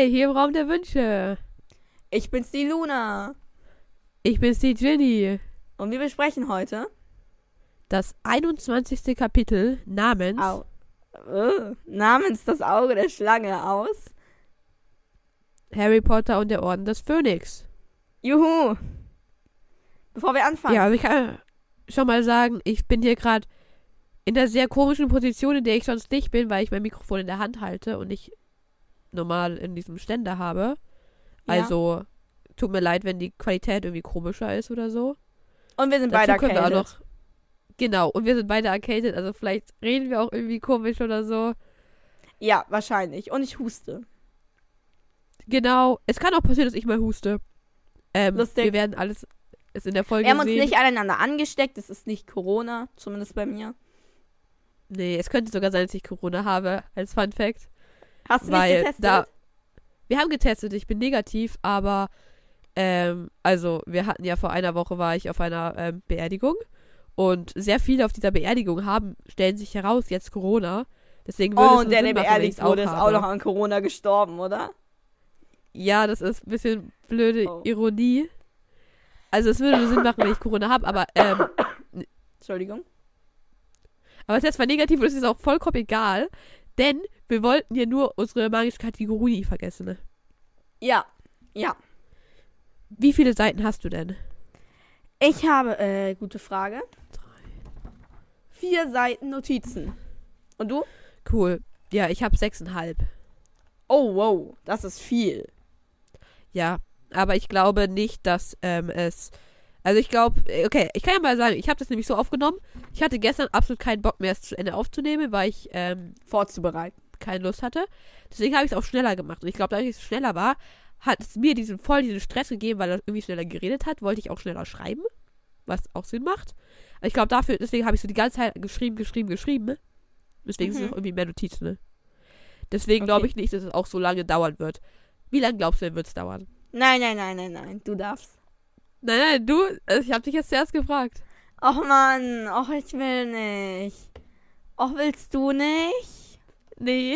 Hi, hier im Raum der Wünsche. Ich bin's, die Luna. Ich bin's, die Ginny. Und wir besprechen heute Das 21. Kapitel namens namens das Auge der Schlange aus. Harry Potter und der Orden des Phönix. Juhu. Bevor wir anfangen. Ja, aber ich kann schon mal sagen, ich bin hier gerade in der sehr komischen Position, in der ich sonst nicht bin, weil ich mein Mikrofon in der Hand halte und nicht normal in diesem Ständer habe. Ja. Also, tut mir leid, wenn die Qualität irgendwie komischer ist oder so. Und wir sind Dazu beide können wir erkältet. auch noch. Genau, und wir sind beide erkältet, also vielleicht reden wir auch irgendwie komisch oder so. Ja, wahrscheinlich. Und ich huste. Genau, es kann auch passieren, dass ich mal huste. Lustig. Wir werden alles ist in der Folge Wir haben uns sehen. nicht aneinander angesteckt. Es ist nicht Corona. Zumindest bei mir. Nee, es könnte sogar sein, dass ich Corona habe, als Fun Fact. Hast du Weil nicht getestet? Wir haben getestet, ich bin negativ, aber also wir hatten ja vor einer Woche war ich auf einer Beerdigung und sehr viele auf dieser Beerdigung stellen sich heraus, jetzt Corona. Deswegen würde es Und der Sinn machen, wenn beerdigt ich's wurde, ist auch habe. noch an Corona gestorben, oder? Ja, das ist ein bisschen blöde Oh. Ironie. Also es würde Sinn machen, wenn ich Corona habe, aber Entschuldigung. aber der Test war negativ und es ist auch vollkommen egal, denn wir wollten ja nur unsere magische Kategorie vergessen. Ne? Ja. Ja. Wie viele Seiten hast du denn? Ich habe, gute Frage. 4 Seiten Notizen. Und du? Cool. Ja, ich habe 6,5. Oh, wow. Das ist viel. Ja, aber ich glaube nicht, dass also ich glaube, okay, ich kann ja mal sagen, ich habe das nämlich so aufgenommen. Ich hatte gestern absolut keinen Bock mehr, es zu Ende aufzunehmen, weil ich Vorzubereiten. keine Lust hatte. Deswegen habe ich es auch schneller gemacht. Und ich glaube, da ich schneller war, hat es mir diesen Stress gegeben, weil er irgendwie schneller geredet hat, wollte ich auch schneller schreiben, was auch Sinn macht. Aber ich glaube, deswegen habe ich so die ganze Zeit geschrieben. Deswegen ist es auch irgendwie mehr Notizen, ne? Deswegen glaube ich nicht, dass es auch so lange dauern wird. Wie lange glaubst du denn, wird es dauern? Nein. Du darfst. Nein, ich habe dich jetzt zuerst gefragt. Och, Mann. Och, ich will nicht. Och, willst du nicht? Nee.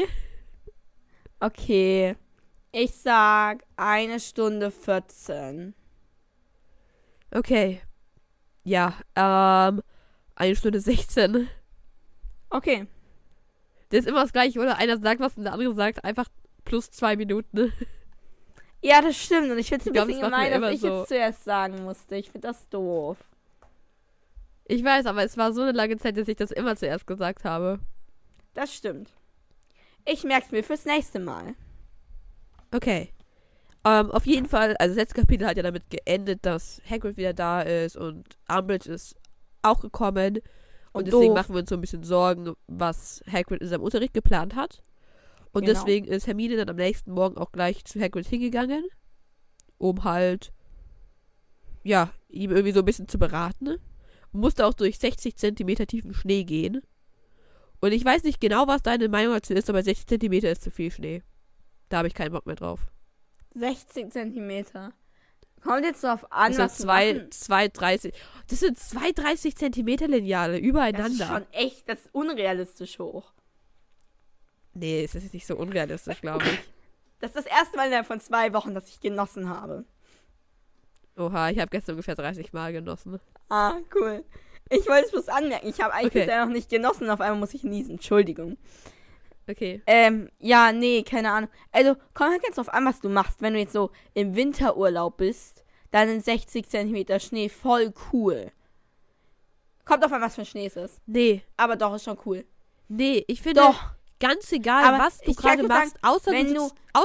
Okay. Ich sag 1 Stunde 14. Okay. Ja, 1 Stunde 16. Okay. Das ist immer das Gleiche, oder? Einer sagt was und der andere sagt einfach plus 2 Minuten. Ja, das stimmt. Und ich finde es ein Ich glaub, bisschen das machen wir gemein, dass immer ich so. jetzt zuerst sagen musste. Ich finde das doof. Ich weiß, aber es war so eine lange Zeit, dass ich das immer zuerst gesagt habe. Das stimmt. Ich merk's mir fürs nächste Mal. Okay. Auf jeden Fall, also das letzte Kapitel hat ja damit geendet, dass Hagrid wieder da ist und Umbridge ist auch gekommen. Und deswegen machen wir uns so ein bisschen Sorgen, was Hagrid in seinem Unterricht geplant hat. Und Genau. deswegen ist Hermine dann am nächsten Morgen auch gleich zu Hagrid hingegangen, um halt, ja, ihm irgendwie so ein bisschen zu beraten. Und musste auch durch 60 Zentimeter tiefen Schnee gehen. Und ich weiß nicht genau, was deine Meinung dazu ist, aber 60 Zentimeter ist zu viel Schnee. Da habe ich keinen Bock mehr drauf. 60 Zentimeter. Kommt jetzt darauf an, Das was sind du machen. 2,30. Das sind 2,30 Zentimeter Lineale übereinander. Das ist schon echt, das ist unrealistisch hoch. Nee, es ist nicht so unrealistisch, glaube ich. Das ist das erste Mal innerhalb von 2 Wochen, dass ich genossen habe. Oha, ich habe gestern ungefähr 30 Mal genossen. Ah, cool. Ich wollte es bloß anmerken. Ich habe eigentlich Okay. bisher noch nicht genossen. Auf einmal muss ich niesen. Entschuldigung. Okay. Ja, nee, keine Ahnung. Also, kommt halt ganz drauf an, was du machst. Wenn du jetzt so im Winterurlaub bist, dann sind 60 Zentimeter Schnee voll cool. Kommt drauf an, was für Schnee es ist. Nee, Aber doch, ist schon cool. ich finde, Doch. ganz egal, Aber was du ich kann gerade dir machst, sagen,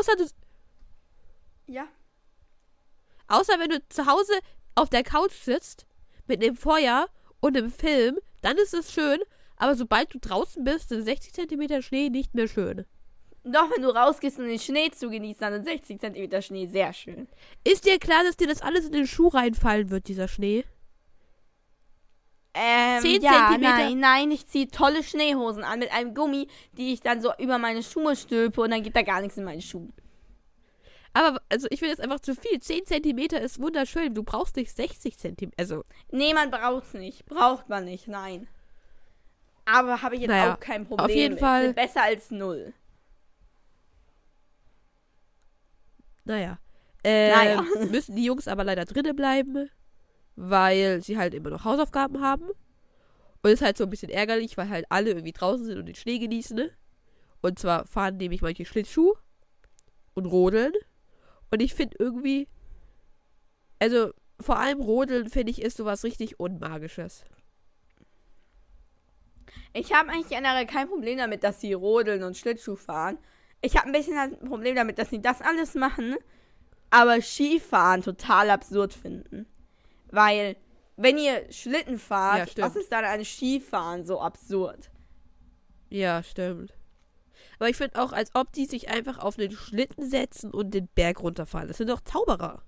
Ja. außer wenn du zu Hause auf der Couch sitzt, mit einem Feuer und einem Film, dann ist es schön, aber sobald du draußen bist, sind 60 Zentimeter Schnee nicht mehr schön. Doch, wenn du rausgehst, um den Schnee zu genießen, dann sind 60 Zentimeter Schnee sehr schön. Ist dir klar, dass dir das alles in den Schuh reinfallen wird, dieser Schnee? 10 ja, Zentimeter. nein, ich ziehe tolle Schneehosen an mit einem Gummi, die ich dann so über meine Schuhe stülpe und dann geht da gar nichts in meine Schuhe. Aber, also ich finde das einfach zu viel. 10 Zentimeter ist wunderschön. Du brauchst nicht 60 Zentimeter. Also, Nee, man braucht's nicht. Braucht man nicht, nein. Aber habe ich jetzt auch kein Problem auf jeden mit. Fall. Sind besser als 0. Naja. Naja. Müssen die Jungs aber leider drinnen bleiben, weil sie halt immer noch Hausaufgaben haben. Und ist halt so ein bisschen ärgerlich, weil halt alle irgendwie draußen sind und den Schnee genießen, ne? Und zwar fahren nämlich manche Schlittschuh und rodeln. Und ich finde irgendwie, also vor allem rodeln, finde ich, ist sowas richtig Unmagisches. Ich habe eigentlich generell kein Problem damit, dass sie rodeln und Schlittschuh fahren. Ich habe ein bisschen ein Problem damit, dass sie das alles machen, aber Skifahren total absurd finden. Weil, wenn ihr Schlitten fahrt, Ja, was ist dann an Skifahren so absurd? Ja, stimmt. Aber ich finde auch, als ob die sich einfach auf einen Schlitten setzen und den Berg runterfahren. Das sind doch Zauberer.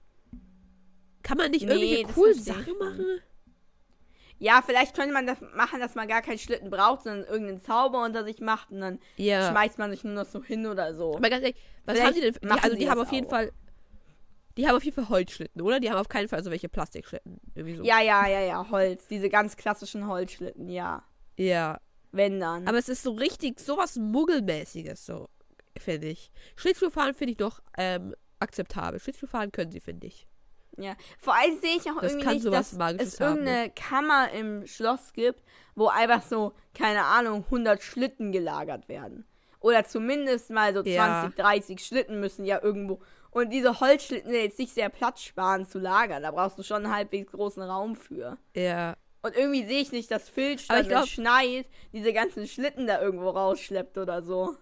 Kann man nicht Nee, irgendwelche das coolen verstehe ich Sachen nicht. machen? Ja, vielleicht könnte man das machen, dass man gar keinen Schlitten braucht, sondern irgendeinen Zauber unter sich macht und dann Ja. schmeißt man sich nur noch so hin oder so. Aber ganz ehrlich, was Vielleicht haben die denn? machen Also die die haben das auf jeden auch. Fall. Die haben auf jeden Fall Holzschlitten, oder? Die haben auf keinen Fall so welche Plastikschlitten. Irgendwie so. Ja, Holz. Diese ganz klassischen Holzschlitten, ja. Ja. Wenn dann. Aber es ist so richtig sowas Muggelmäßiges, so, finde ich. Schlittschuhfahren finde ich doch akzeptabel. Schlittschuhfahren können sie, finde ich. Ja, vor allem sehe ich auch Das irgendwie kann nicht, sowas dass Magisches es haben, irgendeine Kammer im Schloss gibt, wo einfach so, keine Ahnung, 100 Schlitten gelagert werden. Oder zumindest mal so 20, Ja. 30 Schlitten müssen ja irgendwo. Und diese Holzschlitten sind jetzt nicht sehr platzsparend zu lagern. Da brauchst du schon einen halbwegs großen Raum für. Ja. Und irgendwie sehe ich nicht, dass Aber Filzstein, ich wenn glaub- es schneit, diese ganzen Schlitten da irgendwo rausschleppt oder so.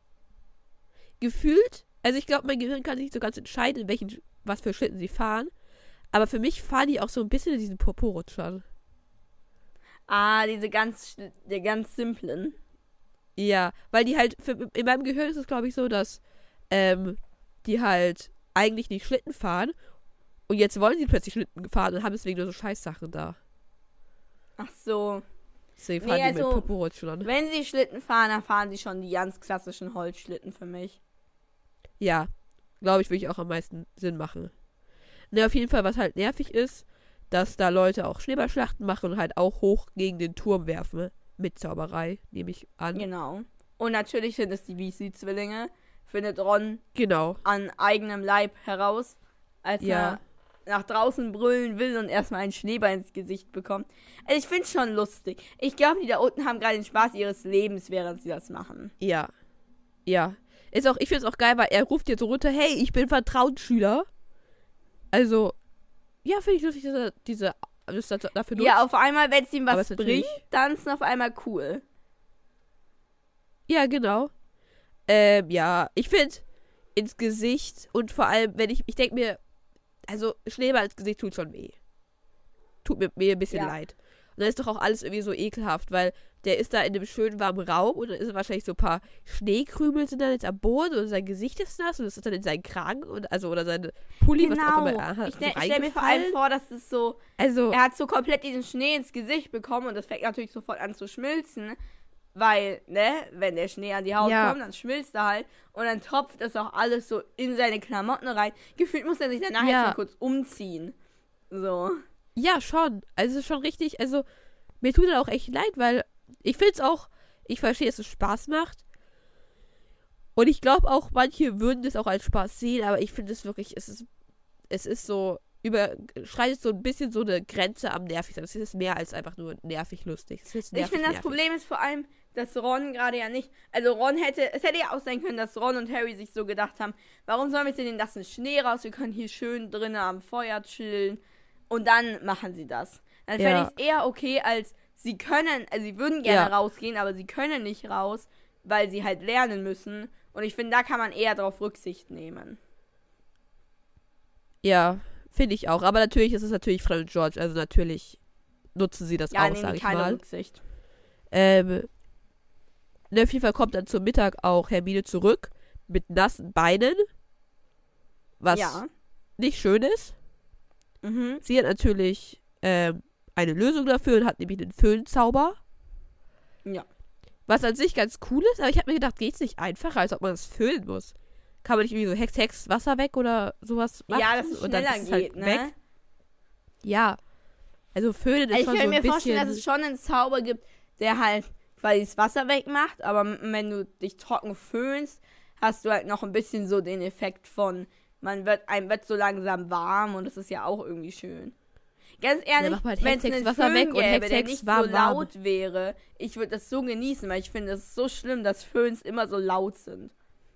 Gefühlt, also ich glaube, mein Gehirn kann sich nicht so ganz entscheiden, was für Schlitten sie fahren. Aber für mich fahren die auch so ein bisschen in diesen Poporutschern. Ah, die ganz simplen. Ja, weil die halt, in meinem Gehirn ist es, glaube ich, so, dass die halt eigentlich nicht Schlitten fahren und jetzt wollen sie plötzlich Schlitten fahren und haben deswegen nur so Scheißsachen da. Ach so. Deswegen Nee, fahren die also, mit Poporutschern. Wenn sie Schlitten fahren, dann fahren sie schon die ganz klassischen Holzschlitten für mich. Ja, glaube ich, würde ich auch am meisten Sinn machen. Ne, auf jeden Fall, was halt nervig ist, dass da Leute auch Schneeballschlachten machen und halt auch hoch gegen den Turm werfen. Mit Zauberei, nehme ich an. Genau. Und natürlich sind es die Weasley-Zwillinge. Findet Ron Genau. an eigenem Leib heraus, als Ja. er nach draußen brüllen will und erstmal einen Schneeball ins Gesicht bekommt. Also ich finde es schon lustig. Ich glaube, die da unten haben gerade den Spaß ihres Lebens, während sie das machen. Ja. Ja. Ich finde es auch geil, weil er ruft jetzt so runter, hey, ich bin Vertrauensschüler. Also, ja, finde ich lustig, dass er das dafür nutzt. Ja, auf einmal, wenn es ihm Aber was es ist natürlich- bringt, dann ist es auf einmal cool. Ja, genau. Ja, ich finde ins Gesicht und vor allem, wenn ich denke mir, also Schneeball ins Gesicht tut schon weh. Tut mir ein bisschen Ja. leid. Und dann ist doch auch alles irgendwie so ekelhaft, weil der ist da in einem schönen warmen Raum und dann ist wahrscheinlich so ein paar Schneekrümel sind dann jetzt am Boden und sein Gesicht ist nass und das ist dann in seinen Kragen und oder seine Pulli, was auch immer er hat, Ich so stelle mir vor allem reingefallen. vor, dass es so, Also, er hat so komplett diesen Schnee ins Gesicht bekommen und das fängt natürlich sofort an zu schmilzen, weil, ne, wenn der Schnee an die Haut Ja. kommt, dann schmilzt er halt und dann tropft das auch alles so in seine Klamotten rein. Gefühlt muss er sich danach Ja. jetzt mal kurz umziehen. So. ja, schon. Also, es ist schon richtig, also, mir tut er auch echt leid, weil ich finde es auch, ich verstehe, dass es Spaß macht. Und ich glaube auch, manche würden das auch als Spaß sehen, aber ich finde es wirklich, es ist so, überschreitet so ein bisschen so eine Grenze am nervig. Es ist mehr als einfach nur nervig lustig. Es ist Ich finde, das nervig. Problem ist vor allem, dass Ron gerade ja nicht, also es hätte ja auch sein können, dass Ron und Harry sich so gedacht haben, warum sollen wir jetzt in den nassen Schnee raus, wir können hier schön drinnen am Feuer chillen und dann machen sie das. Dann fände Ja. ich es eher okay, als sie können, also sie würden gerne Ja. rausgehen, aber sie können nicht raus, weil sie halt lernen müssen und ich finde, da kann man eher drauf Rücksicht nehmen. Ja, finde ich auch. Aber natürlich ist es natürlich Fred und George, also natürlich nutzen sie das Ja, auch, nehmen sag die ich keine mal. Rücksicht. Auf jeden Fall kommt dann zum Mittag auch Hermine zurück mit nassen Beinen, was Ja. nicht schön ist. Mhm. Sie hat natürlich eine Lösung dafür und hat nämlich einen Föhnzauber, Ja. was an sich ganz cool ist, aber ich habe mir gedacht, geht's nicht einfacher, als ob man das föhnen muss. Kann man nicht irgendwie so Hex, Wasser weg oder sowas machen? Ja, dass es und dann schneller ist es halt geht, ne? weg? Ja. Also föhnen ist Also ich schon so kann ein mir vorstellen, dass bisschen... es schon einen Zauber gibt, der halt quasi das Wasser wegmacht, aber wenn du dich trocken föhnst, hast du halt noch ein bisschen so den Effekt von einem wird so langsam warm und das ist ja auch irgendwie schön. Ganz Ja, ehrlich, mach mal halt wenn es einen Hexex-Wasser weg Föhn und gäbe, der Hexex nicht so warm. laut wäre, ich würde das so genießen, weil ich finde es so schlimm, dass Föhns immer so laut sind.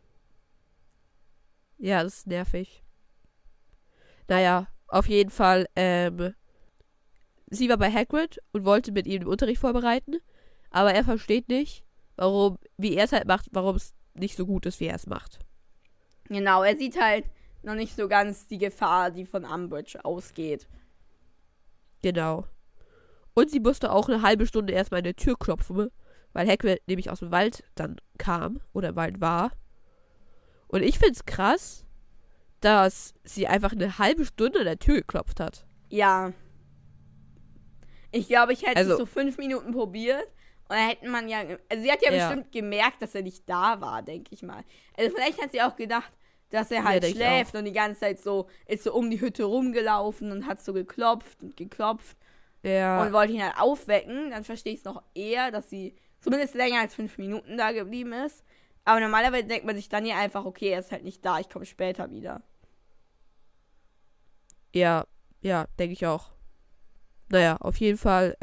Ja, das ist nervig. Naja, auf jeden Fall, sie war bei Hagrid und wollte mit ihm den Unterricht vorbereiten, aber er versteht nicht, wie er es halt macht, warum es nicht so gut ist, wie er es macht. Genau, er sieht halt noch nicht so ganz die Gefahr, die von Umbridge ausgeht. Genau. Und sie musste auch eine halbe Stunde erstmal an der Tür klopfen, weil Hagrid nämlich aus dem Wald dann kam oder im Wald war. Und ich find's krass, dass sie einfach eine halbe Stunde an der Tür geklopft hat. Ja. Ich glaube, ich hätte Also- es so 5 Minuten probiert. Und dann hätte man ja. Also, sie hat ja bestimmt gemerkt, dass er nicht da war, denke ich mal. Also, vielleicht hat sie auch gedacht, dass er halt denk ich schläft und die ganze Zeit ist so um die Hütte rumgelaufen und hat so geklopft und geklopft Ja. und wollte ihn halt aufwecken. Dann verstehe ich es noch eher, dass sie zumindest länger als 5 Minuten da geblieben ist. Aber normalerweise denkt man sich dann ja einfach, okay, er ist halt nicht da, ich komme später wieder. Ja, denke ich auch. Naja, auf jeden Fall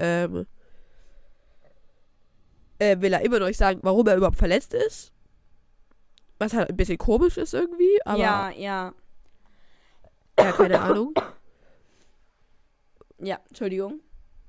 will er immer noch nicht sagen, warum er überhaupt verletzt ist. Was halt ein bisschen komisch ist irgendwie, aber Ja. ja, keine Ahnung. Ja, Entschuldigung.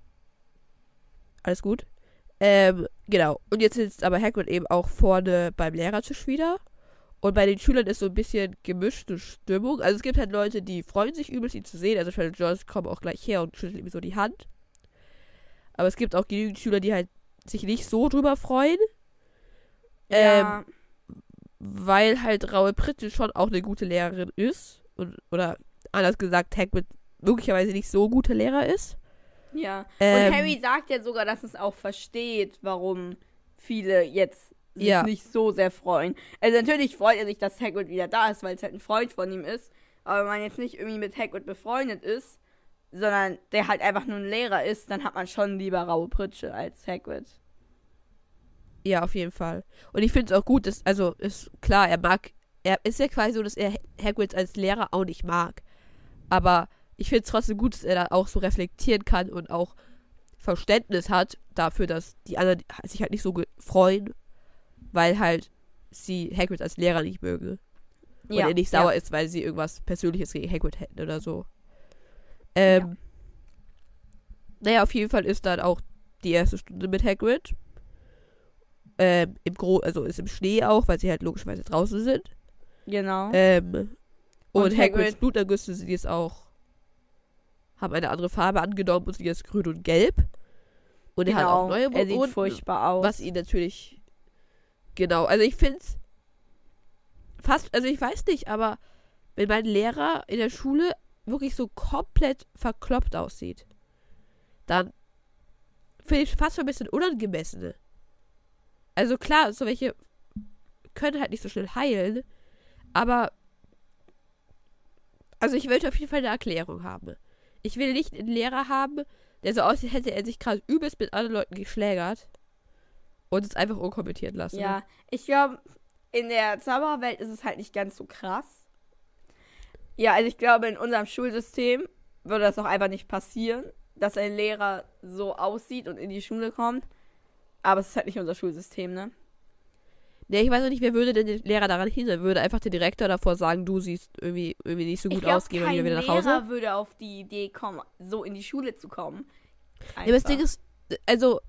Alles gut. Genau. Und jetzt sitzt aber Hagrid eben auch vorne beim Lehrertisch wieder. Und bei den Schülern ist so ein bisschen gemischte Stimmung. Also es gibt halt Leute, die freuen sich übelst, ihn zu sehen. Also Fred und George kommen auch gleich her und schütteln ihm so die Hand. Aber es gibt auch genügend Schüler, die halt sich nicht so drüber freuen. Ja. Weil halt Raue Pritsche schon auch eine gute Lehrerin ist. Oder anders gesagt, Hagrid möglicherweise nicht so gute Lehrer ist. Ja. Ähm, Und Harry sagt ja sogar, dass es auch versteht, warum viele jetzt sich Ja. nicht so sehr freuen. Also natürlich freut er sich, dass Hagrid wieder da ist, weil es halt ein Freund von ihm ist. Aber wenn man jetzt nicht irgendwie mit Hagrid befreundet ist, sondern der halt einfach nur ein Lehrer ist, dann hat man schon lieber Raue Pritsche als Hagrid. Ja, auf jeden Fall. Und ich finde es auch gut, ist klar, er ist ja quasi so, dass er Hagrid als Lehrer auch nicht mag. Aber ich finde es trotzdem gut, dass er da auch so reflektieren kann und auch Verständnis hat dafür, dass die anderen sich halt nicht so freuen, weil halt sie Hagrid als Lehrer nicht mögen. Und er nicht sauer ist, weil sie irgendwas Persönliches gegen Hagrid hätten oder so. Naja, auf jeden Fall ist dann auch die erste Stunde mit Hagrid. Also ist im Schnee auch, weil sie halt logischerweise draußen sind. Genau. Und Hagrids Hagrid- Blutergüsse sind jetzt auch, haben eine andere Farbe angenommen und sind jetzt grün und gelb. Und er hat auch neue er sieht Wunden, furchtbar aus. was ihn natürlich, genau, also ich finde es fast, also ich weiß nicht, aber wenn mein Lehrer in der Schule wirklich so komplett verkloppt aussieht, dann finde ich fast schon ein bisschen unangemessen. Also klar, so welche können halt nicht so schnell heilen, aber also ich wollte auf jeden Fall eine Erklärung haben. Ich will nicht einen Lehrer haben, der so aussieht, hätte er sich gerade übelst mit anderen Leuten geschlägert und es einfach unkommentiert lassen. Ja, ich glaube, in der Zaubererwelt ist es halt nicht ganz so krass. Ja, also ich glaube, in unserem Schulsystem würde das auch einfach nicht passieren, dass ein Lehrer so aussieht und in die Schule kommt. Aber es ist halt nicht unser Schulsystem, ne? Ne, ich weiß auch nicht, wer würde denn den Lehrer daran hindern? Würde einfach der Direktor davor sagen, du siehst irgendwie nicht so gut aus, geh mal wieder nach Hause? Lehrer würde auf die Idee kommen, so in die Schule zu kommen. Ja, aber das Ding ist, also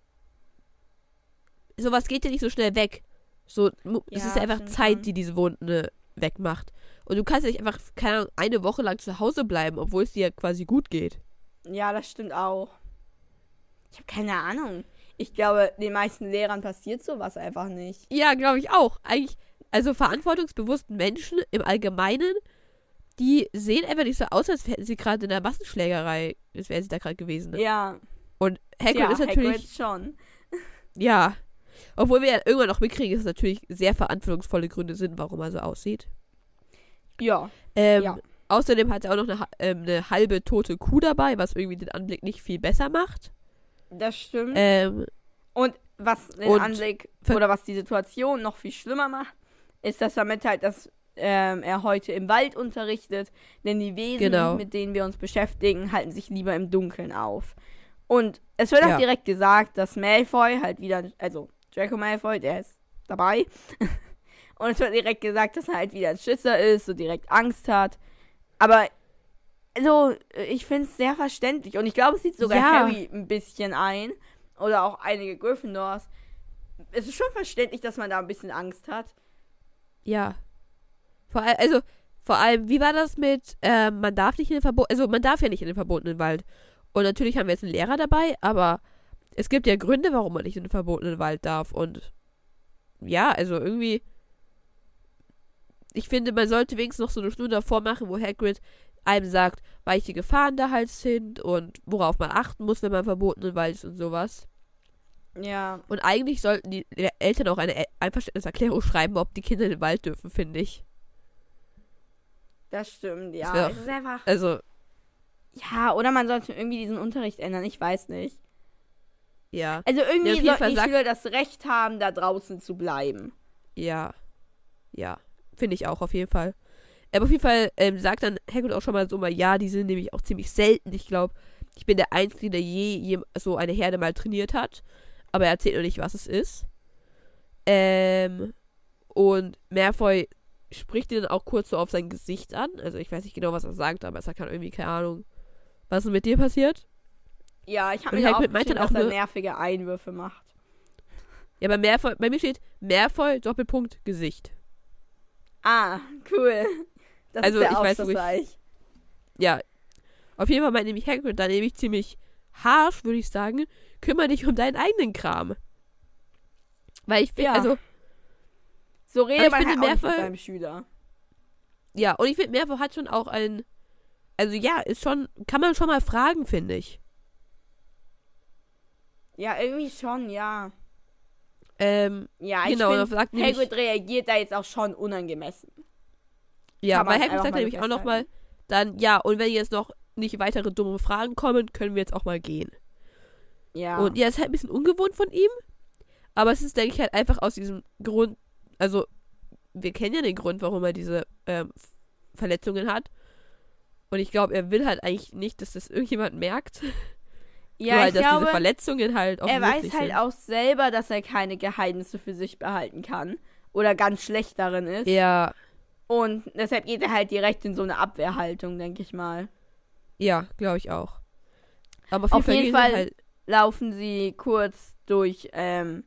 sowas geht ja nicht so schnell weg. So, es ist ja einfach stimmt Zeit, schon. die diese Wunden wegmacht. Und du kannst ja nicht einfach, keine Ahnung, eine Woche lang zu Hause bleiben, obwohl es dir quasi gut geht. Ja, das stimmt auch. Ich habe keine Ahnung. Ich glaube, den meisten Lehrern passiert sowas einfach nicht. Ja, glaube ich auch. Eigentlich, also verantwortungsbewussten Menschen im Allgemeinen, die sehen einfach nicht so aus, als hätten sie gerade in der Massenschlägerei, als wären sie da gerade gewesen. Ne? Ja, Und Hagrid ist natürlich, Hagrid schon. ja, obwohl wir ja irgendwann noch mitkriegen, dass es natürlich sehr verantwortungsvolle Gründe sind, warum er so aussieht. Ja. Ja. Außerdem hat er auch noch eine halbe tote Kuh dabei, was irgendwie den Anblick nicht viel besser macht. Das stimmt. Und was den und Anblick oder was die Situation noch viel schlimmer macht, ist, dass damit halt das er heute im Wald unterrichtet, denn die Wesen, Genau. mit denen wir uns beschäftigen, halten sich lieber im Dunkeln auf. Und es wird auch Ja. direkt gesagt, dass Malfoy halt wieder, also Draco Malfoy, der ist dabei. Und es wird direkt gesagt, dass er halt wieder ein Schisser ist, so direkt Angst hat. Aber, also, ich finde es sehr verständlich. Und ich glaube, es sieht sogar Ja. Harry ein bisschen ein. Oder auch einige Gryffindors. Es ist schon verständlich, dass man da ein bisschen Angst hat. Ja. Vor allem, wie war das mit, man darf nicht in den man darf ja nicht in den verbotenen Wald. Und natürlich haben wir jetzt einen Lehrer dabei, aber es gibt ja Gründe, warum man nicht in den verbotenen Wald darf. Und ja, also irgendwie, ich finde, man sollte wenigstens noch so eine Stunde davor machen, wo Hagrid einem sagt, welche Gefahren da halt sind und worauf man achten muss, wenn man im verbotenen Wald ist und sowas. Ja. Und eigentlich sollten die Eltern auch eine Einverständniserklärung schreiben, ob die Kinder in den Wald dürfen, finde ich. Das stimmt, ja. Das wär auch- Es ist einfach. Also, Ja, oder man sollte irgendwie diesen Unterricht ändern, ich weiß nicht. ja. Also Ja, auf irgendwie jeden sollten Fall die sagt- Schüler das Recht haben, da draußen zu bleiben. Ja. Ja. Finde ich auch, auf jeden Fall. Aber auf jeden Fall sagt dann Hagrid auch schon mal so mal, ja, die sind nämlich auch ziemlich selten. Ich glaube, ich bin der Einzige, der je so eine Herde mal trainiert hat. Aber er erzählt noch nicht, was es ist. Und Malfoy spricht ihn dann auch kurz so auf sein Gesicht an. Also ich weiß nicht genau, was er sagt, aber es hat irgendwie keine Ahnung. Was ist mit dir passiert? Ja, ich habe Und mir auch Hagrid meint aufgeschrieben, dann auch dass er nur- nervige Einwürfe macht. Ja, bei mir steht Malfoy, Doppelpunkt, Gesicht. Ah, cool. Das Also, ist sehr ich weiß wirklich- aufschlussreich. Ja. Auf jeden Fall meint nämlich Hagrid dann nämlich ziemlich harsh, würde ich sagen, kümmere dich um deinen eigenen Kram. Weil ich finde, Ja. also, So Aber redet ich man finde, halt auch nicht mit Malfoy- seinem Schüler. ja, und ich finde, Malfoy hat schon auch also ja, ist schon, kann man schon mal fragen, finde ich. Ja, irgendwie schon, ja. Ja, ich Genau, und finde, sagt nämlich, Hagrid reagiert da jetzt auch schon unangemessen. ja, kann man weil Hagrid einfach sagt mal nämlich so auch nochmal, festhalten. dann, ja, und wenn jetzt noch nicht weitere dumme Fragen kommen, können wir jetzt auch mal gehen. Ja. Und ja, ist halt ein bisschen ungewohnt von ihm, aber es ist, denke ich, halt einfach aus diesem Grund, also, wir kennen ja den Grund, warum er diese Verletzungen hat. Und ich glaube, er will halt eigentlich nicht, dass das irgendjemand merkt. ja, Nur halt, ich dass glaube, diese Verletzungen halt er offensichtlich weiß halt sind. auch selber, dass er keine Geheimnisse für sich behalten kann. Oder ganz schlecht darin ist. Ja, Und deshalb geht er halt direkt in so eine Abwehrhaltung, denke ich mal. ja, glaube ich auch. Aber Auf jeden gehen Fall- sie halt, Laufen sie kurz durch den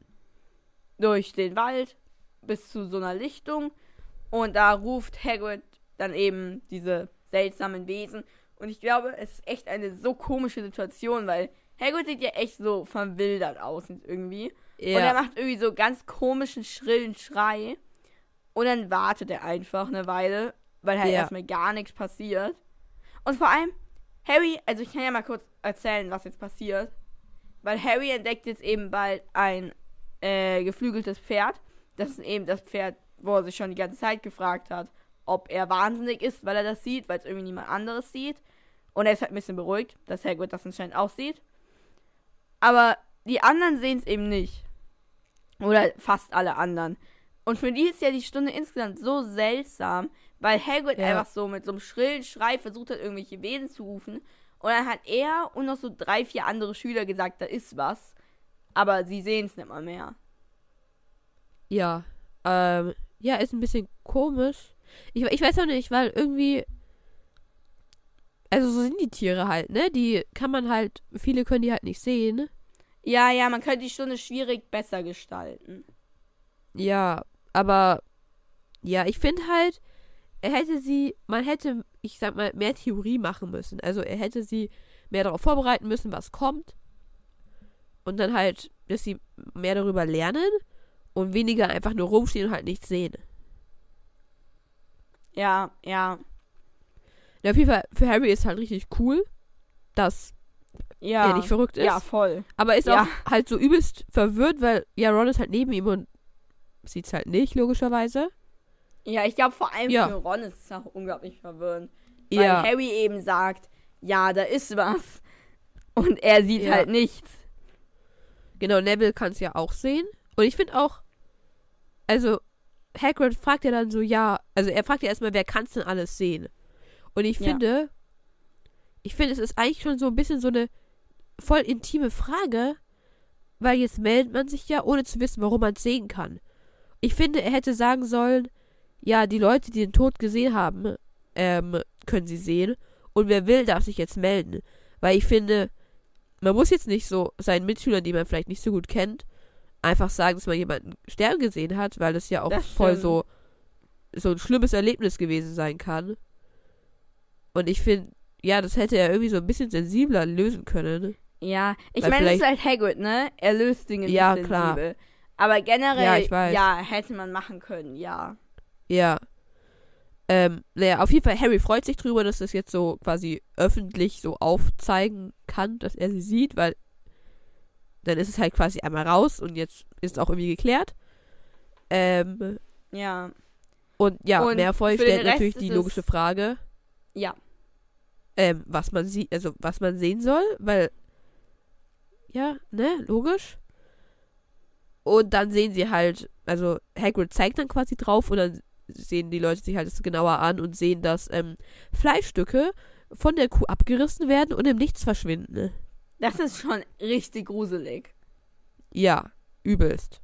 Wald bis zu so einer Lichtung. Und da ruft Hagrid dann eben diese seltsamen Wesen. Und ich glaube, es ist echt eine so komische Situation, weil Hagrid sieht ja echt so verwildert aus irgendwie. Und er ja, macht irgendwie so ganz komischen, schrillen Schrei. Und dann wartet er einfach eine Weile, weil halt Ja. erstmal gar nichts passiert. Und vor allem, Harry, also ich kann ja mal kurz erzählen, was jetzt passiert. Weil Harry entdeckt jetzt eben bald ein geflügeltes Pferd. Das ist eben das Pferd, wo er sich schon die ganze Zeit gefragt hat, ob er wahnsinnig ist, weil er das sieht, weil es irgendwie niemand anderes sieht. Und er ist halt ein bisschen beruhigt, dass Hagrid das anscheinend auch sieht. Aber die anderen sehen es eben nicht. Oder fast alle anderen. Und für die ist ja die Stunde insgesamt so seltsam, weil Hagrid Ja. einfach so mit so einem schrillen Schrei versucht hat, irgendwelche Wesen zu rufen. Und dann hat er und noch so 3, 4 andere Schüler gesagt, da ist was. Aber sie sehen es nicht mal mehr. ja, ja, ist ein bisschen komisch. Ich weiß auch nicht, weil irgendwie, also so sind die Tiere halt, ne? Die kann man halt, viele können die halt nicht sehen. Ja, man könnte die Stunde schwierig besser gestalten. Ja, aber ja, ich finde halt, man hätte, ich sag mal, mehr Theorie machen müssen. Also er hätte sie mehr darauf vorbereiten müssen, was kommt. Und dann halt, dass sie mehr darüber lernen und weniger einfach nur rumstehen und halt nichts sehen. Ja. Ja, auf jeden Fall, für Harry ist halt richtig cool, dass Ja. er nicht verrückt ist. Ja, voll. Aber ist Ja. auch halt so übelst verwirrt, weil ja, Ron ist halt neben ihm und sieht's halt nicht, logischerweise. Ja, ich glaube vor allem Ja. für Ron ist es auch unglaublich verwirrend. Weil Ja, Harry eben sagt, ja, da ist was. Und er sieht Ja. halt nichts. genau, Neville kann es ja auch sehen. Und ich finde auch, also, Hagrid fragt ja dann so, ja, also er fragt ja erstmal, wer kann's denn alles sehen? Und ich finde, es ist eigentlich schon so ein bisschen so eine voll intime Frage, weil jetzt meldet man sich ja, ohne zu wissen, warum man es sehen kann. Ich finde, er hätte sagen sollen, ja, die Leute, die den Tod gesehen haben, können sie sehen. Und wer will, darf sich jetzt melden. Weil ich finde, man muss jetzt nicht so seinen Mitschülern, die man vielleicht nicht so gut kennt, einfach sagen, dass man jemanden sterben gesehen hat, weil das ja auch voll so ein schlimmes Erlebnis gewesen sein kann. Und ich finde, ja, das hätte er irgendwie so ein bisschen sensibler lösen können. Ja, ich meine, das ist halt Hagrid, ne? Er löst Dinge nicht sensibel. Klar. Aber generell, ja, ich weiß. hätte man machen können, ja. Ja. Naja, auf jeden Fall, Harry freut sich drüber, dass das jetzt so quasi öffentlich so aufzeigen kann, dass er sie sieht, weil dann ist es halt quasi einmal raus und jetzt ist es auch irgendwie geklärt. Ja. Und Malfoy stellt natürlich die logische Frage. Ja. Was man sieht, also was man sehen soll, weil ja, ne, logisch. Und dann sehen sie halt, also Hagrid zeigt dann quasi drauf und dann sehen die Leute sich halt das genauer an und sehen, dass Fleischstücke von der Kuh abgerissen werden und im Nichts verschwinden. Ne? Das ist schon richtig gruselig. Ja, übelst.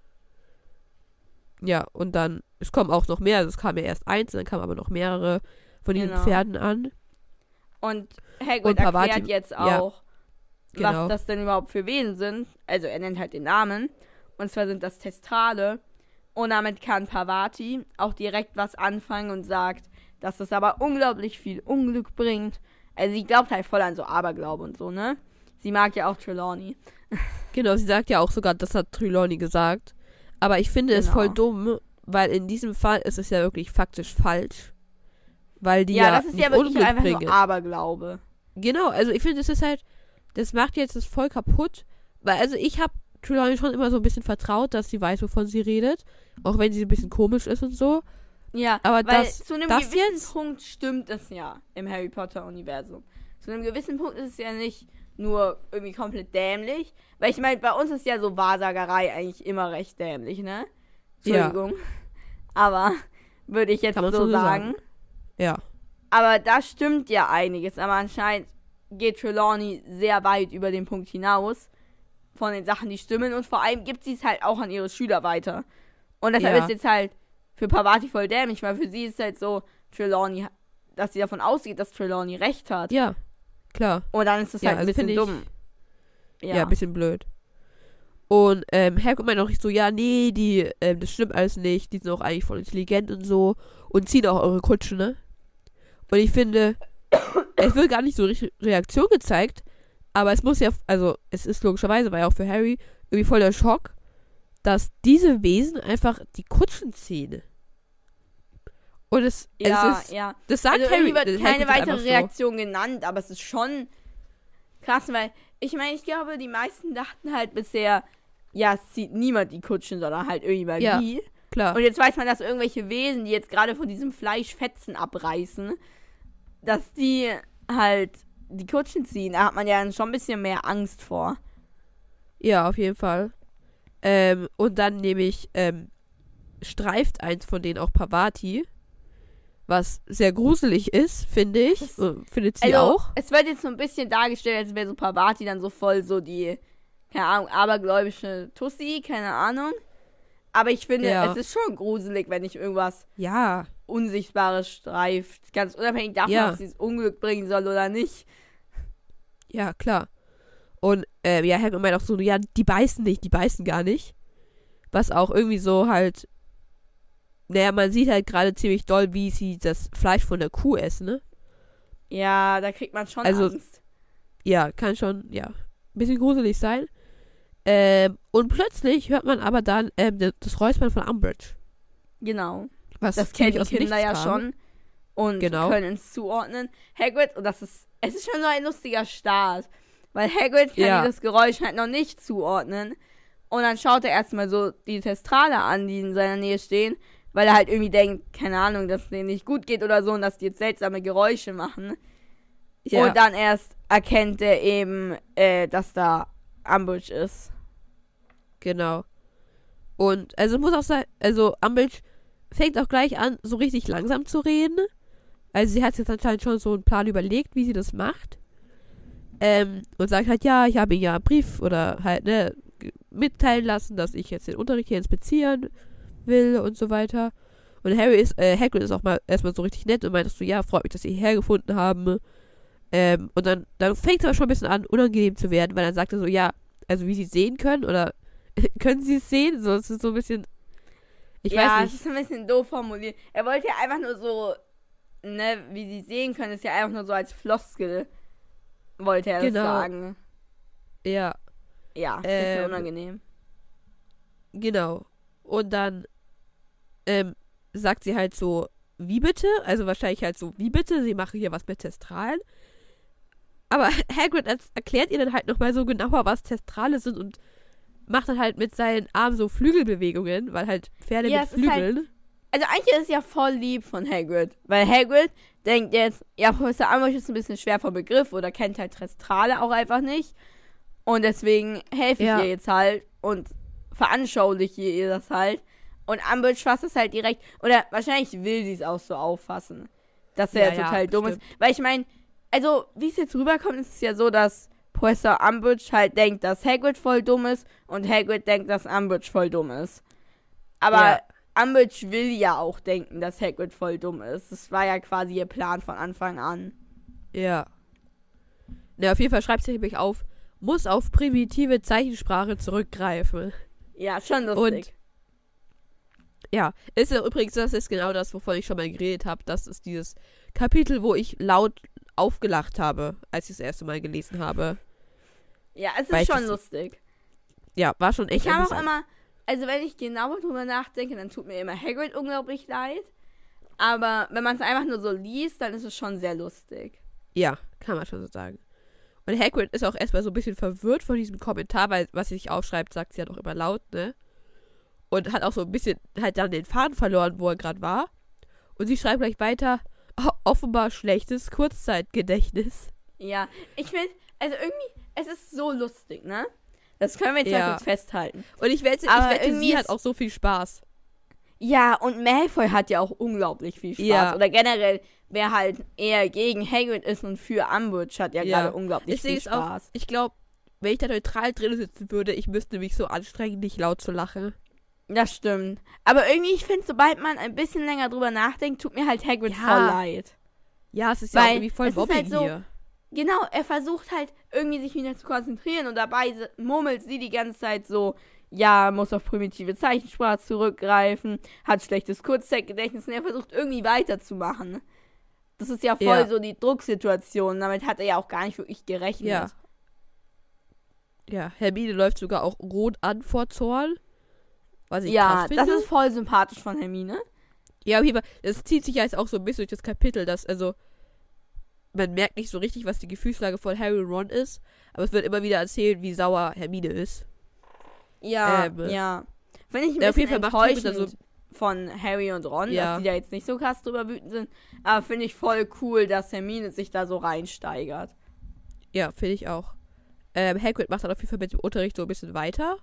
Ja, und dann, es kommen auch noch mehr, also es kam ja erst eins, dann kamen aber noch mehrere von diesen Pferden an. Und Hagrid erklärt jetzt auch, was das denn überhaupt für Wesen sind. Also er nennt halt den Namen. Und zwar sind das Testrale. Und damit kann Parvati auch direkt was anfangen und sagt, dass das aber unglaublich viel Unglück bringt. Also sie glaubt halt voll an so Aberglaube und so, ne? Sie mag ja auch Trelawney. Genau, sie sagt ja auch sogar, das hat Trelawney gesagt. Aber ich finde es voll dumm, weil in diesem Fall ist es ja wirklich faktisch falsch. Weil die das ist nicht ja wirklich Unglück einfach bringen. nur Aberglaube. Genau, also ich finde, das ist halt, das macht jetzt das voll kaputt. Weil, also ich habe Trelawney schon immer so ein bisschen vertraut, dass sie weiß, wovon sie redet. Auch wenn sie ein bisschen komisch ist und so. Ja, aber weil zu einem gewissen Punkt stimmt es ja im Harry Potter-Universum. Zu einem gewissen Punkt ist es ja nicht nur irgendwie komplett dämlich. Weil ich meine, bei uns ist ja so Wahrsagerei eigentlich immer recht dämlich, ne? Entschuldigung. Ja. Aber würde ich jetzt so sagen. Ja. Aber da stimmt ja einiges. Aber anscheinend geht Trelawney sehr weit über den Punkt hinaus von den Sachen, die stimmen. Und vor allem gibt sie es halt auch an ihre Schüler weiter. Und deshalb ist jetzt halt für Parvati voll dämlich, weil für sie ist halt so, Trelawney, dass sie davon ausgeht, dass Trelawney recht hat. Ja, klar. Und dann ist das halt ein bisschen dumm. Ja, ein bisschen blöd. Und Hagrid meint auch so, ja, nee, das stimmt alles nicht, die sind auch eigentlich voll intelligent und so und ziehen auch eure Kutschen, ne? Und ich finde, es wird gar nicht so richtig Reaktion gezeigt, aber es muss ja, also es ist logischerweise, war ja auch für Harry irgendwie voll der Schock, dass diese Wesen einfach die Kutschen ziehen. Und das sagt also Harry. Wird keine weitere Reaktion genannt, aber es ist schon krass, weil ich meine, ich glaube, die meisten dachten halt bisher, ja, es zieht niemand die Kutschen, sondern halt irgendwie Magie. Ja, klar. Und jetzt weiß man, dass irgendwelche Wesen, die jetzt gerade von diesem Fleisch Fetzen abreißen, dass die halt die Kutschen ziehen. Da hat man ja schon ein bisschen mehr Angst vor. Ja, auf jeden Fall. Und dann nämlich streift eins von denen auch Parvati, was sehr gruselig ist, finde ich. Findet sie auch. Es wird jetzt so ein bisschen dargestellt, als wäre so Parvati dann so voll so die, keine Ahnung, abergläubische Tussi, keine Ahnung. Aber ich finde, es ist schon gruselig, wenn nicht irgendwas Unsichtbares streift. Ganz unabhängig davon, ob sie das Unglück bringen soll oder nicht. Ja, klar. Und Hagrid meint auch so, ja, die beißen nicht, die beißen gar nicht. Was auch irgendwie so halt, naja, man sieht halt gerade ziemlich doll, wie sie das Fleisch von der Kuh essen, ne? Ja, da kriegt man schon Angst. Ja, kann schon, ein bisschen gruselig sein. Und plötzlich hört man aber dann das Räuspern von Umbridge. Genau. Das kennen die Kinder ja schon und können es zuordnen. Hagrid, und es ist schon so ein lustiger Start, weil Hagrid kann dieses Geräusch halt noch nicht zuordnen. Und dann schaut er erstmal so die Testrale an, die in seiner Nähe stehen, weil er halt irgendwie denkt, keine Ahnung, dass es denen nicht gut geht oder so und dass die jetzt seltsame Geräusche machen. Ja. Und dann erst erkennt er eben, dass da Umbridge ist. Genau. Und, also muss auch sein, also Umbridge fängt auch gleich an, so richtig langsam zu reden. Also sie hat sich jetzt anscheinend schon so einen Plan überlegt, wie sie das macht. Und sagt halt, ja, ich habe ihr ja einen Brief oder halt, ne, mitteilen lassen, dass ich jetzt den Unterricht hier inspizieren will und so weiter. Und Hagrid ist auch mal erstmal so richtig nett und meint so, ja, freut mich, dass sie hierher gefunden haben. Und dann fängt es aber schon ein bisschen an, unangenehm zu werden, weil dann sagt er so, ja, also wie sie sehen können oder können sie es sehen? So, es ist so ein bisschen, ich weiß nicht. Es ist ein bisschen doof formuliert. Er wollte ja einfach nur so, ne, wie sie sehen können, ist ja einfach nur so als Floskel, wollte er das sagen. Ja. Ja, bisschen unangenehm. Genau. Und dann sagt sie halt so, wie bitte? Also wahrscheinlich halt so, wie bitte? Sie machen hier was mit Testralen. Aber Hagrid erklärt ihr dann halt nochmal so genauer, was Testrale sind und macht dann halt mit seinen Armen so Flügelbewegungen, weil halt Pferde mit Flügeln. Also eigentlich ist es ja voll lieb von Hagrid, weil Hagrid denkt jetzt, ja, Professor Umbridge ist ein bisschen schwer vom Begriff oder kennt halt Testrale auch einfach nicht. Und deswegen helfe ich ihr jetzt halt und veranschauliche ihr das halt. Und Umbridge fasst es halt direkt, oder wahrscheinlich will sie es auch so auffassen, dass er total dumm ist. Weil ich meine, also wie es jetzt rüberkommt, ist es ja so, dass Professor Umbridge halt denkt, dass Hagrid voll dumm ist und Hagrid denkt, dass Umbridge voll dumm ist. Aber Umbridge will ja auch denken, dass Hagrid voll dumm ist. Das war ja quasi ihr Plan von Anfang an. Ja. Na, auf jeden Fall schreibt sie nämlich auf, muss auf primitive Zeichensprache zurückgreifen. Ja, schon lustig. Und ja, ist ja übrigens, das ist genau das, wovon ich schon mal geredet habe. Das ist dieses Kapitel, wo ich laut aufgelacht habe, als ich es das erste Mal gelesen habe. Ja, es ist schon lustig. Ja, war schon echt Ich habe auch immer, also wenn ich genauer drüber nachdenke, dann tut mir immer Hagrid unglaublich leid. Aber wenn man es einfach nur so liest, dann ist es schon sehr lustig. Ja, kann man schon so sagen. Und Hagrid ist auch erstmal so ein bisschen verwirrt von diesem Kommentar, weil was sie sich aufschreibt, sagt sie ja doch immer laut, ne? Und hat auch so ein bisschen halt dann den Faden verloren, wo er gerade war. Und sie schreibt gleich weiter, offenbar schlechtes Kurzzeitgedächtnis. Ja, ich finde, also irgendwie, es ist so lustig, ne? Das können wir jetzt mal kurz festhalten. Und ich wette, sie hat auch so viel Spaß. Ja, und Malfoy hat ja auch unglaublich viel Spaß. Ja. Oder generell, wer halt eher gegen Hagrid ist und für Umbridge hat ja gerade unglaublich viel Spaß. Auch, ich glaube, wenn ich da neutral drin sitzen würde, ich müsste mich so anstrengen, nicht laut zu lachen. Das stimmt. Aber irgendwie, ich finde, sobald man ein bisschen länger drüber nachdenkt, tut mir halt Hagrid voll leid. Ja, es ist ja auch irgendwie voll Mobbing halt so, hier. Genau, er versucht halt irgendwie sich wieder zu konzentrieren und dabei murmelt sie die ganze Zeit so, ja, muss auf primitive Zeichensprache zurückgreifen, hat schlechtes Kurzzeitgedächtnis und er versucht irgendwie weiterzumachen. Das ist ja voll so die Drucksituation, damit hat er ja auch gar nicht wirklich gerechnet. Ja, Hermine läuft sogar auch rot an vor Zorn. Was ich krass finde. Das ist voll sympathisch von Hermine. Ja, auf jeden Fall, das zieht sich ja jetzt auch so ein bisschen durch das Kapitel, dass, also, man merkt nicht so richtig, was die Gefühlslage von Harry und Ron ist, aber es wird immer wieder erzählt, wie sauer Hermine ist. Ja. Finde ich ein bisschen enttäuschend von Harry und Ron, dass die da jetzt nicht so krass drüber wütend sind, aber finde ich voll cool, dass Hermine sich da so reinsteigert. Ja, finde ich auch. Hagrid macht dann auf jeden Fall mit dem Unterricht so ein bisschen weiter.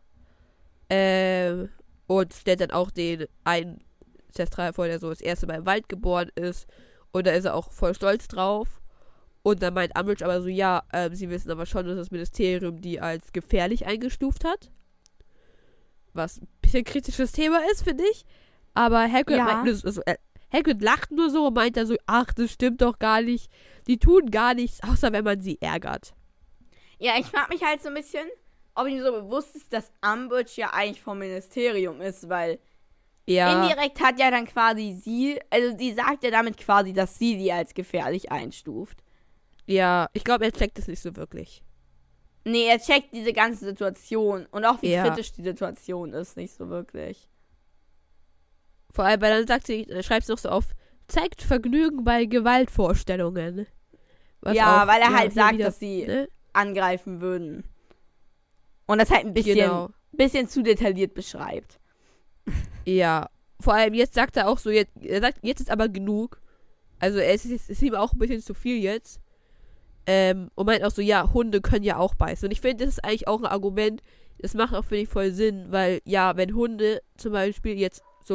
Und stellt dann auch den einen Testral vor, der so das erste Mal im Wald geboren ist. Und da ist er auch voll stolz drauf. Und dann meint Umbridge aber so, ja, sie wissen aber schon, dass das Ministerium die als gefährlich eingestuft hat. Was ein bisschen kritisches Thema ist, finde ich. Aber Hagrid meint nur so, Hagrid lacht nur so und meint dann so, ach, das stimmt doch gar nicht. Die tun gar nichts, außer wenn man sie ärgert. Ja, ich frage mich halt so ein bisschen, ob ihm so bewusst ist, dass Umbridge ja eigentlich vom Ministerium ist, weil indirekt hat ja dann quasi sie sagt ja damit quasi, dass sie als gefährlich einstuft. Ja, ich glaube, er checkt es nicht so wirklich. Nee, er checkt diese ganze Situation und auch wie kritisch die Situation ist, nicht so wirklich. Vor allem, weil dann schreibt sie noch so auf, zeigt Vergnügen bei Gewaltvorstellungen. Weil er halt sagt, dass sie angreifen würden. Und das halt ein bisschen zu detailliert beschreibt. Ja, vor allem jetzt sagt er auch so, er sagt, jetzt ist aber genug. Also es ist ihm auch ein bisschen zu viel jetzt. Und meint auch so, ja, Hunde können ja auch beißen. Und ich finde, das ist eigentlich auch ein Argument, das macht auch, finde ich, voll Sinn, weil, ja, wenn Hunde zum Beispiel jetzt sowas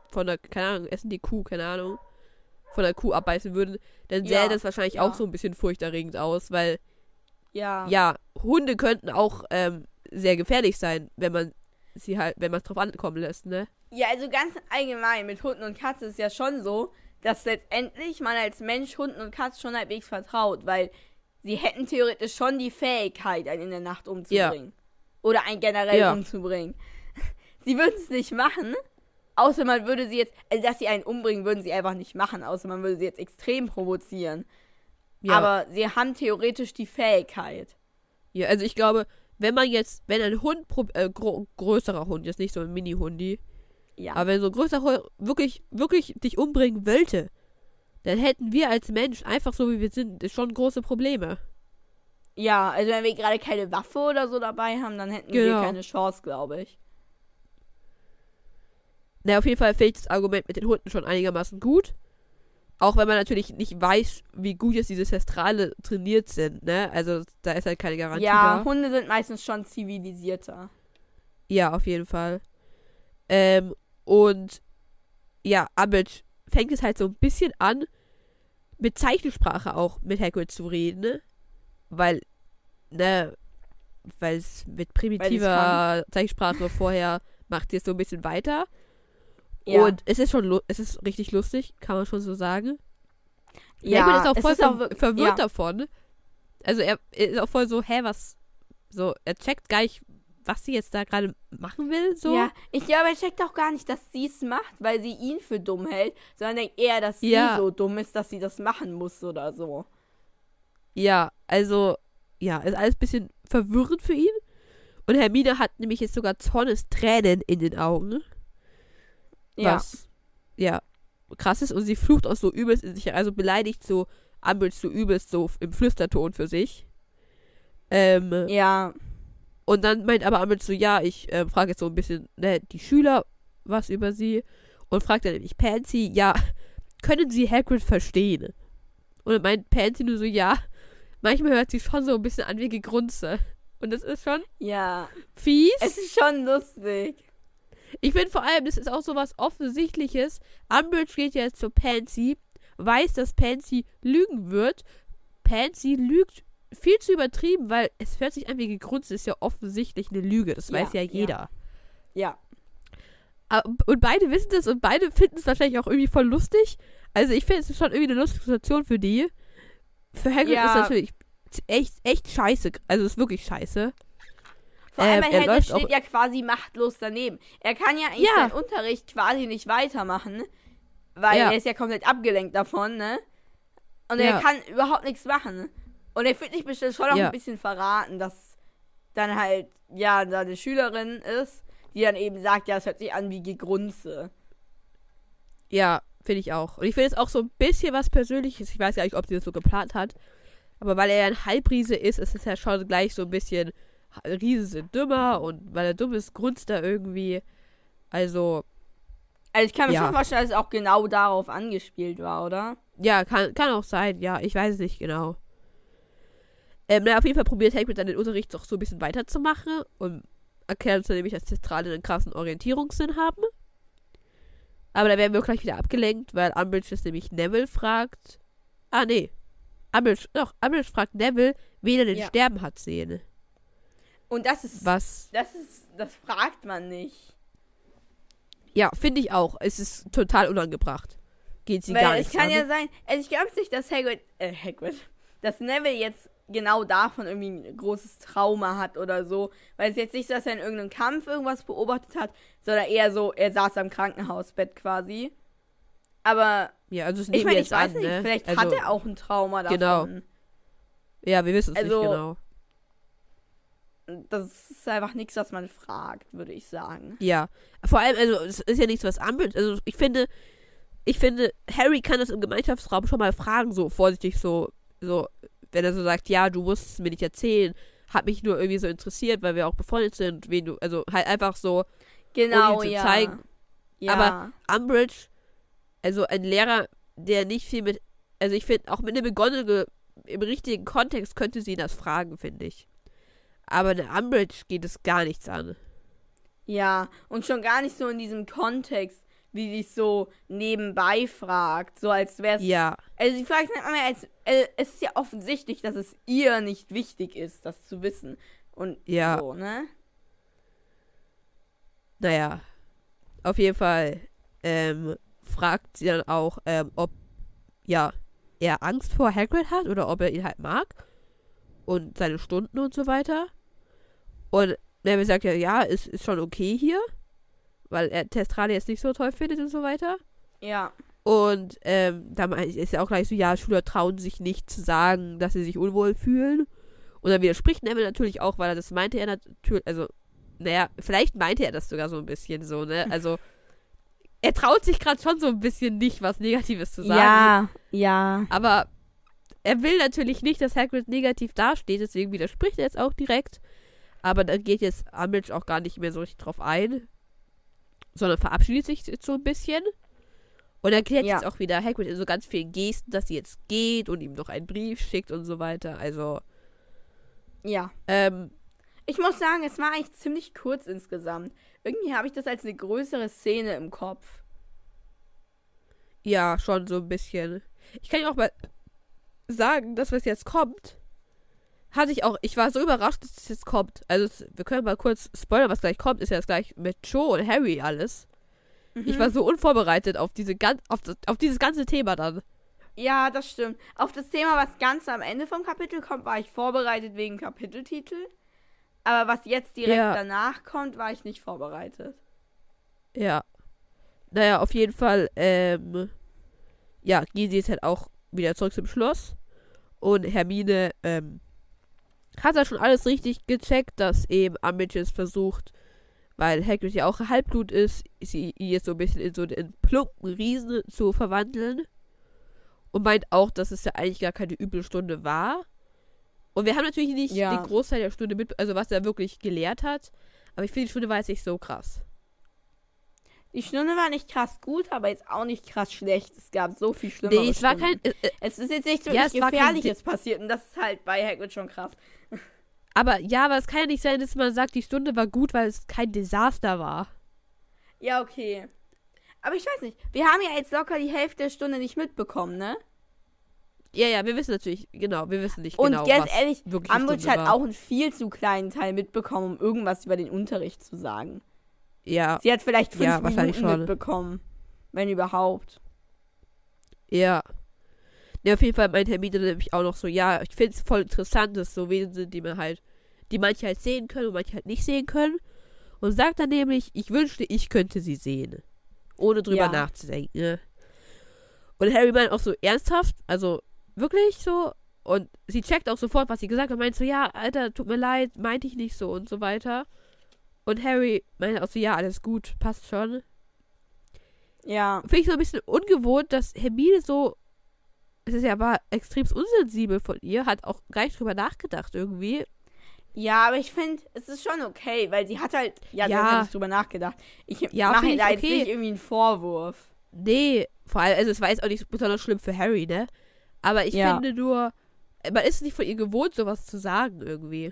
keine Ahnung, essen die Kuh, keine Ahnung, von der Kuh abbeißen würden, dann sähe Ja, das wahrscheinlich ja. auch so ein bisschen furchterregend aus, weil, Ja. ja, Hunde könnten auch sehr gefährlich sein, wenn man es drauf ankommen lässt, ne? Ja, also ganz allgemein mit Hunden und Katzen ist ja schon so, dass letztendlich man als Mensch Hunden und Katzen schon halbwegs vertraut, weil sie hätten theoretisch schon die Fähigkeit, einen in der Nacht umzubringen. Oder einen generell umzubringen. Sie würden es nicht machen, außer man würde sie jetzt, also dass sie einen umbringen, würden sie einfach nicht machen, außer man würde sie jetzt extrem provozieren. Ja. Aber sie haben theoretisch die Fähigkeit. Ja, also ich glaube, wenn ein Hund, größerer Hund, jetzt nicht so ein Mini-Hundi, Ja. aber wenn so ein größerer Hund wirklich dich umbringen wollte, dann hätten wir als Mensch, einfach so wie wir sind, schon große Probleme. Ja, also wenn wir gerade keine Waffe oder so dabei haben, dann hätten wir Genau. keine Chance, glaube ich. Na, auf jeden Fall finde ich das Argument mit den Hunden schon einigermaßen gut. Auch wenn man natürlich nicht weiß, wie gut jetzt diese Zestrale trainiert sind, ne? Also da ist halt keine Garantie Ja, da. Hunde sind meistens schon zivilisierter. Ja, auf jeden Fall. Und ja, Umbridge fängt es halt so ein bisschen an, mit Zeichensprache auch mit Hagrid zu reden, ne? Weil es mit primitiver Zeichensprache vorher macht sie es so ein bisschen weiter. Ja. Und es ist richtig lustig, kann man schon so sagen. Ja, Hagrid ist auch es voll ist auch verwirrt ja. davon. Also er ist auch voll so, was? So, er checkt gar nicht, was sie jetzt da gerade machen will, so. Ja, ich glaube, er checkt auch gar nicht, dass sie es macht, weil sie ihn für dumm hält, sondern denkt eher, dass Ja. sie so dumm ist, dass sie das machen muss oder so. Ja, also, ja, ist alles ein bisschen verwirrend für ihn. Und Hermine hat nämlich jetzt sogar Zornestränen in den Augen. Ja. Was, ja, krass ist. Und sie flucht auch so übelst in sich, also beleidigt so Umbridge so übelst so im Flüsterton für sich. Ja. Und dann meint aber Umbridge so, ja, ich frage jetzt so ein bisschen, ne, die Schüler was über sie. Und fragt dann nämlich Pansy, ja, können sie Hagrid verstehen? Und dann meint Pansy nur so, ja, manchmal hört sie schon so ein bisschen an wie Gegrunze. Und das ist schon Ja. fies. Es ist schon lustig. Ich finde vor allem, das ist auch so was Offensichtliches. Umbridge geht jetzt zu Pansy, weiß, dass Pansy lügen wird. Pansy lügt viel zu übertrieben, weil es hört sich an wie Gegrunze, ist ja offensichtlich eine Lüge. Das weiß ja jeder. Ja. Und beide wissen das und beide finden es wahrscheinlich auch irgendwie voll lustig. Also ich finde es ist schon irgendwie eine lustige Situation für die. Für Hagrid Ja. ist natürlich echt scheiße. Also es ist wirklich scheiße. Vor allem, weil er Hagrid läuft auch- steht ja quasi machtlos daneben. Er kann ja eigentlich seinen Unterricht quasi nicht weitermachen, weil Ja. er ist ja komplett abgelenkt davon, ne? Und Ja. er kann überhaupt nichts machen. Und er fühlt sich bestimmt schon auch Ja. ein bisschen verraten, dass dann halt, ja, da eine Schülerin ist, die dann eben sagt, ja, es hört sich an wie Gegrunze. Ja, finde ich auch. Und ich finde es auch so ein bisschen was Persönliches. Ich weiß gar nicht, ob sie das so geplant hat. Aber weil er ja ein Halbriese ist es ja schon gleich so ein bisschen, Riesen sind dümmer und weil er dumm ist, grunzt er irgendwie. Also, Also ich kann mir Ja. schon vorstellen, dass es auch genau darauf angespielt war, oder? ja, kann auch sein. Ja, ich weiß es nicht genau. Auf jeden Fall probiert Hagrid dann den Unterricht doch so ein bisschen weiterzumachen und erklärt uns dann nämlich, dass Zestrale einen krassen Orientierungssinn haben. Aber da werden wir auch gleich wieder abgelenkt, weil Umbridge das nämlich Neville fragt. Ah, nee. Umbridge fragt Neville, wen er denn Ja. sterben hat sehen. Und das Was? das fragt man nicht. Ja, finde ich auch. Es ist total unangebracht. Geht sie Weil gar es nicht kann ja sein, also ich glaube nicht, dass dass Neville jetzt genau davon irgendwie ein großes Trauma hat oder so. Weil es jetzt nicht so, dass er in irgendeinem Kampf irgendwas beobachtet hat, sondern eher so, er saß am Krankenhausbett quasi. Aber Ja, also es ich nehmen wir meine, jetzt ich weiß an, nicht, ne? vielleicht also, hat er auch ein Trauma davon. Genau. Ja, wir wissen es Also- nicht genau. Das ist einfach nichts, was man fragt, würde ich sagen. Ja. Vor allem, also, es ist ja nichts, was Umbridge. Also, ich finde, Harry kann das im Gemeinschaftsraum schon mal fragen, so vorsichtig, so, wenn er so sagt, ja, du musst es mir nicht erzählen, hat mich nur irgendwie so interessiert, weil wir auch befreundet sind, wen du, also halt einfach so, Genau, um ihm zu ja. zeigen. Ja. Aber Umbridge, also ein Lehrer, der nicht viel mit, also ich finde, auch mit einem McGonagall im richtigen Kontext könnte sie ihn das fragen, finde ich. Aber eine Umbridge geht es gar nichts an. Ja, und schon gar nicht so in diesem Kontext, wie sie es so nebenbei fragt. So als wäre es. Ja, Also sie fragt nicht mal, es ist ja offensichtlich, dass es ihr nicht wichtig ist, das zu wissen. Und ja, so, ne? naja. Auf jeden Fall fragt sie dann auch, ob ja, er Angst vor Hagrid hat oder ob er ihn halt mag. Und seine Stunden und so weiter. Und Neville sagt ja, ist schon okay hier. Weil er Testrale jetzt nicht so toll findet und so weiter. Ja. Und da ist ja auch gleich so, ja, Schüler trauen sich nicht zu sagen, dass sie sich unwohl fühlen. Und dann widerspricht Neville natürlich auch, weil das meinte er natürlich, also, naja, vielleicht meinte er das sogar so ein bisschen so, ne? Also, er traut sich gerade schon so ein bisschen nicht, was Negatives zu sagen. Ja, ja. Aber er will natürlich nicht, dass Hagrid negativ dasteht, deswegen widerspricht er jetzt auch direkt. Aber dann geht jetzt Umbridge auch gar nicht mehr so richtig drauf ein, sondern verabschiedet sich jetzt so ein bisschen. Und erklärt jetzt auch wieder Hagrid in so ganz vielen Gesten, dass sie jetzt geht und ihm noch einen Brief schickt und so weiter. Also, ja. Ich muss sagen, es war eigentlich ziemlich kurz insgesamt. Irgendwie habe ich das als eine größere Szene im Kopf. ja, schon so ein bisschen. Ich kann ja auch mal sagen, dass was jetzt kommt, ich war so überrascht, dass es jetzt kommt. Also, wir können mal kurz spoilern, was gleich kommt. Ist ja das gleich mit Joe und Harry alles. Ich war so unvorbereitet auf dieses ganze Thema dann. Ja, das stimmt. Auf das Thema, was ganz am Ende vom Kapitel kommt, war ich vorbereitet wegen Kapiteltitel. Aber was jetzt direkt danach kommt, war ich nicht vorbereitet. Ja. Naja, auf jeden Fall, ja, gehen sie jetzt halt auch wieder zurück zum Schloss. Und Hermine, hat da schon alles richtig gecheckt, dass eben Umbridge jetzt versucht, weil Hagrid ja auch Halbblut ist, sie ihn jetzt so ein bisschen in so einen plumpen Riesen zu verwandeln. Und meint auch, dass es ja eigentlich gar keine üble Stunde war. Und wir haben natürlich nicht den Großteil der Stunde also was er wirklich gelehrt hat. Aber ich finde, die Stunde war jetzt nicht so krass. Die Stunde war nicht krass gut, aber jetzt auch nicht krass schlecht. Es gab so viel Schlimmeres. Nee, es war kein... es ist jetzt nichts wirklich Gefährliches passiert. Und das ist halt bei Hagrid schon krass. Aber es kann ja nicht sein, dass man sagt, die Stunde war gut, weil es kein Desaster war. Ja, okay. Aber ich weiß nicht. Wir haben ja jetzt locker die Hälfte der Stunde nicht mitbekommen, ne? Ja, wir wissen natürlich, wir wissen nicht und genau, ganz was ehrlich, wirklich Umbridge hat auch einen viel zu kleinen Teil mitbekommen, um irgendwas über den Unterricht zu sagen. Ja. Sie hat vielleicht 5 Minuten schon mitbekommen. Wenn überhaupt. Ja. Ja, auf jeden Fall meint Hermine nämlich auch noch so, ja, ich finde es voll interessant, dass so Wesen sind, die manche halt sehen können und manche halt nicht sehen können. Und sagt dann nämlich, ich wünschte, ich könnte sie sehen. Ohne drüber nachzudenken. Ne? Und Harry meint auch so ernsthaft, also wirklich so. Und sie checkt auch sofort, was sie gesagt hat. Meint so, ja, Alter, tut mir leid, meinte ich nicht so und so weiter. Und Harry meint auch so, ja, alles gut, passt schon. Ja. Finde ich so ein bisschen ungewohnt, dass Hermine so, war extrem unsensibel von ihr, hat auch gar nicht drüber nachgedacht irgendwie. Ja, aber ich finde, es ist schon okay, weil sie hat halt, sie hat nicht drüber nachgedacht. Ich mache da jetzt nicht irgendwie einen Vorwurf. Nee, vor allem, also es war jetzt auch nicht besonders schlimm für Harry, ne? Aber ich finde nur, man ist nicht von ihr gewohnt, sowas zu sagen irgendwie.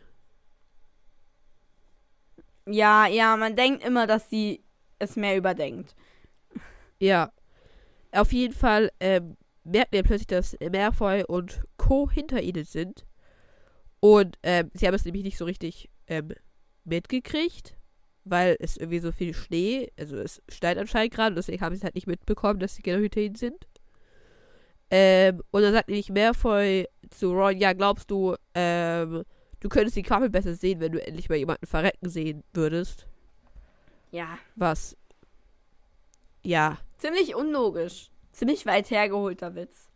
Ja, man denkt immer, dass sie es mehr überdenkt. Ja. Auf jeden Fall merken wir plötzlich, dass Malfoy und Co. hinter ihnen sind. Und sie haben es nämlich nicht so richtig mitgekriegt, weil es irgendwie so viel Schnee, also es schneit anscheinend gerade, und deswegen haben sie es halt nicht mitbekommen, dass sie genau hinter ihnen sind. Und dann sagt nämlich Malfoy zu Ron, ja, glaubst du, du könntest die Quaffel besser sehen, wenn du endlich mal jemanden verrecken sehen würdest? Ja. Was? Ja. Ziemlich unlogisch. Ziemlich weit hergeholter Witz.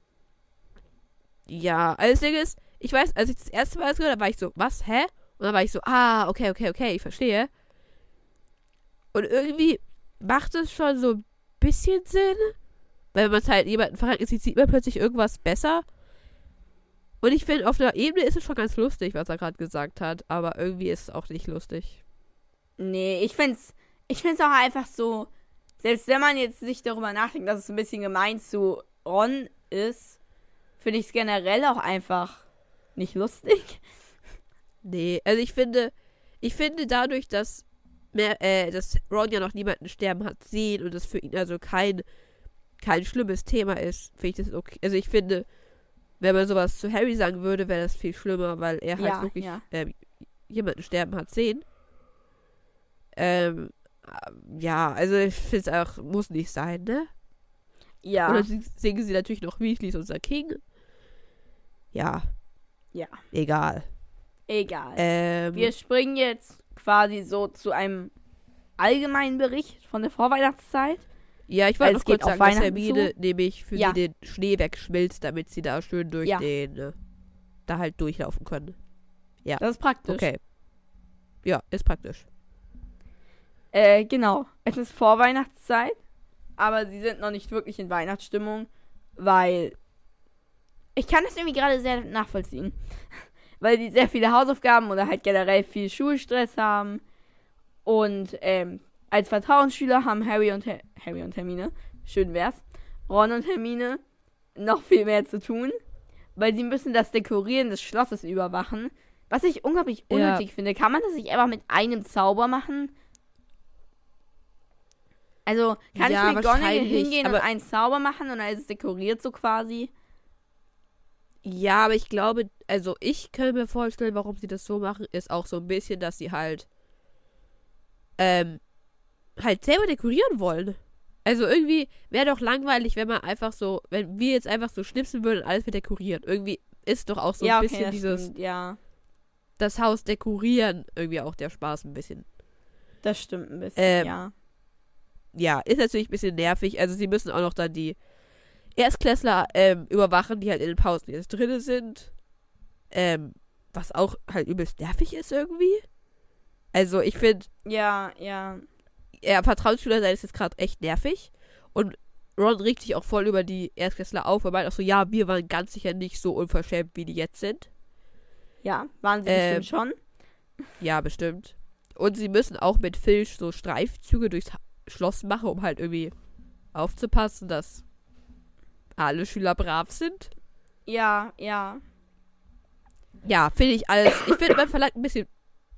Ja, also das Ding ist, ich weiß, als ich das erste Mal gehört habe, war ich so, was, hä? Und dann war ich so, okay, ich verstehe. Und irgendwie macht es schon so ein bisschen Sinn, weil wenn man halt jemanden verrecken sieht, sieht man plötzlich irgendwas besser. Und ich finde, auf einer Ebene ist es schon ganz lustig, was er gerade gesagt hat, aber irgendwie ist es auch nicht lustig. Nee, ich find's auch einfach so, selbst wenn man jetzt nicht darüber nachdenkt, dass es ein bisschen gemein zu Ron ist, finde ich es generell auch einfach nicht lustig. Nee, also ich finde dadurch, dass dass Ron ja noch niemanden sterben hat sehen und das für ihn also kein schlimmes Thema ist, finde ich das okay. Also ich finde, wenn man sowas zu Harry sagen würde, wäre das viel schlimmer, weil er halt wirklich jemanden sterben hat sehen. Ja, also ich finde es auch, muss nicht sein, ne? Ja. Und dann singen sie natürlich noch Weasley ist unser King. Ja. Ja. Egal. Wir springen jetzt quasi so zu einem allgemeinen Bericht von der Vorweihnachtszeit. Ja, ich wollte noch kurz sagen, dass Hermine zu. nämlich für sie den Schnee wegschmilzt, damit sie da schön durch da halt durchlaufen können. Ja. Das ist praktisch. Okay. Ja, ist praktisch. Genau. Es ist Vorweihnachtszeit, aber sie sind noch nicht wirklich in Weihnachtsstimmung, weil ich kann das irgendwie gerade sehr nachvollziehen. Weil die sehr viele Hausaufgaben oder halt generell viel Schulstress haben. Und als Vertrauensschüler haben Harry und Hermine, schön wär's, Ron und Hermine noch viel mehr zu tun, weil sie müssen das Dekorieren des Schlosses überwachen, was ich unglaublich unnötig finde. Kann man das nicht einfach mit einem Zauber machen? Also, kann ich mit McGonagall hingehen und einen Zauber machen und dann ist es dekoriert so quasi? Ja, aber ich glaube, also ich kann mir vorstellen, warum sie das so machen, ist auch so ein bisschen, dass sie halt selber dekorieren wollen. Also irgendwie wäre doch langweilig, wenn wir jetzt einfach so schnipsen würden und alles mit dekorieren. Irgendwie ist doch auch so ein bisschen dieses, das Haus dekorieren irgendwie auch der Spaß ein bisschen. Das stimmt ein bisschen, ja. Ja, ist natürlich ein bisschen nervig. Also sie müssen auch noch dann die Erstklässler überwachen, die halt in den Pausen jetzt drin sind. Was auch halt übelst nervig ist irgendwie. Also ich finde... Ja. Vertrauensschüler sein ist jetzt gerade echt nervig. Und Ron regt sich auch voll über die Erstklässler auf. Er meint auch so, ja, wir waren ganz sicher nicht so unverschämt, wie die jetzt sind. Ja, waren sie bestimmt schon. Ja, bestimmt. Und sie müssen auch mit Filch so Streifzüge durchs Schloss machen, um halt irgendwie aufzupassen, dass alle Schüler brav sind. Ja. Ja, finde ich alles. Ich finde, man verlangt ein bisschen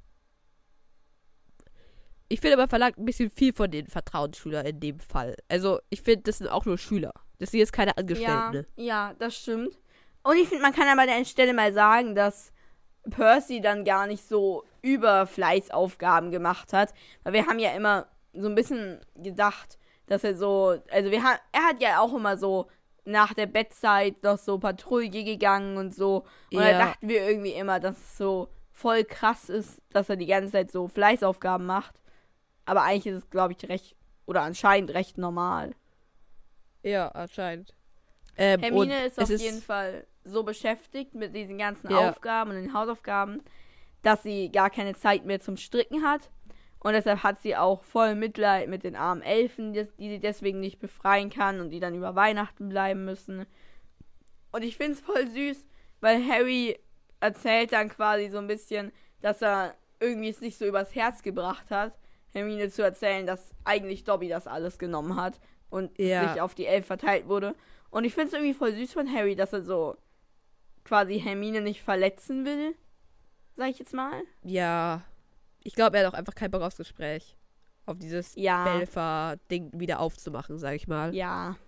viel von den Vertrauensschülern in dem Fall. Also, ich finde, das sind auch nur Schüler. Das sind jetzt keine Angestellten. Ja, das stimmt. Und ich finde, man kann aber an der Stelle mal sagen, dass Percy dann gar nicht so Überfleißaufgaben gemacht hat. Weil wir haben ja immer so ein bisschen gedacht, dass er so, also er hat ja auch immer so nach der Bettzeit noch so Patrouille gegangen und so. Und da dachten wir irgendwie immer, dass es so voll krass ist, dass er die ganze Zeit so Fleißaufgaben macht. Aber eigentlich ist es, glaube ich, anscheinend recht normal. Ja, anscheinend. Hermine ist auf jeden Fall so beschäftigt mit diesen ganzen Aufgaben und den Hausaufgaben, dass sie gar keine Zeit mehr zum Stricken hat. Und deshalb hat sie auch voll Mitleid mit den armen Elfen, die sie deswegen nicht befreien kann und die dann über Weihnachten bleiben müssen. Und ich finde es voll süß, weil Harry erzählt dann quasi so ein bisschen, dass er irgendwie es nicht so übers Herz gebracht hat, Hermine zu erzählen, dass eigentlich Dobby das alles genommen hat und sich auf die Elfen verteilt wurde. Und ich finde es irgendwie voll süß von Harry, dass er so quasi Hermine nicht verletzen will, sag ich jetzt mal. Ja, ich glaube, er hat auch einfach keinen Bock aufs Gespräch. Auf dieses Belfer-Ding wieder aufzumachen, sag ich mal. Ja.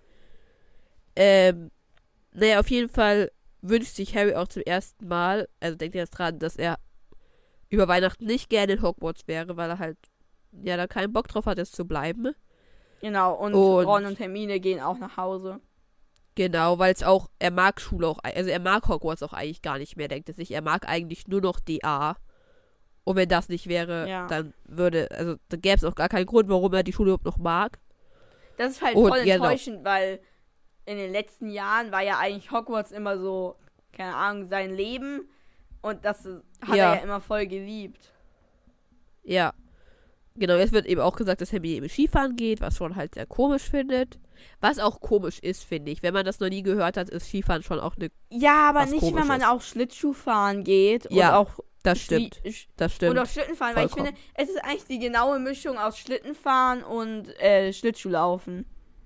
Naja, auf jeden Fall wünscht sich Harry auch zum ersten Mal, also denkt er jetzt dran, dass er über Weihnachten nicht gerne in Hogwarts wäre, weil er halt da keinen Bock drauf hat, jetzt zu bleiben. Genau, und Ron und Hermine gehen auch nach Hause. Genau, weil es auch, er mag Schule auch, also er mag Hogwarts auch eigentlich gar nicht mehr, denkt er sich. Er mag eigentlich nur noch DA. Und wenn das nicht wäre, dann gäbe es auch gar keinen Grund, warum er die Schule überhaupt noch mag. Das ist halt voll enttäuschend, weil in den letzten Jahren war ja eigentlich Hogwarts immer so, keine Ahnung, sein Leben. Und das hat er ja immer voll geliebt. Ja. Genau, jetzt wird eben auch gesagt, dass Hermine eben Skifahren geht, was schon halt sehr komisch findet. Was auch komisch ist, finde ich. Wenn man das noch nie gehört hat, ist Skifahren schon auch eine. Ja, aber nicht, wenn man auch Schlittschuhfahren geht. Und auch das stimmt. Das stimmt. Und auch Schlittenfahren, weil ich finde, es ist eigentlich die genaue Mischung aus Schlittenfahren und Schlittschuhlaufen.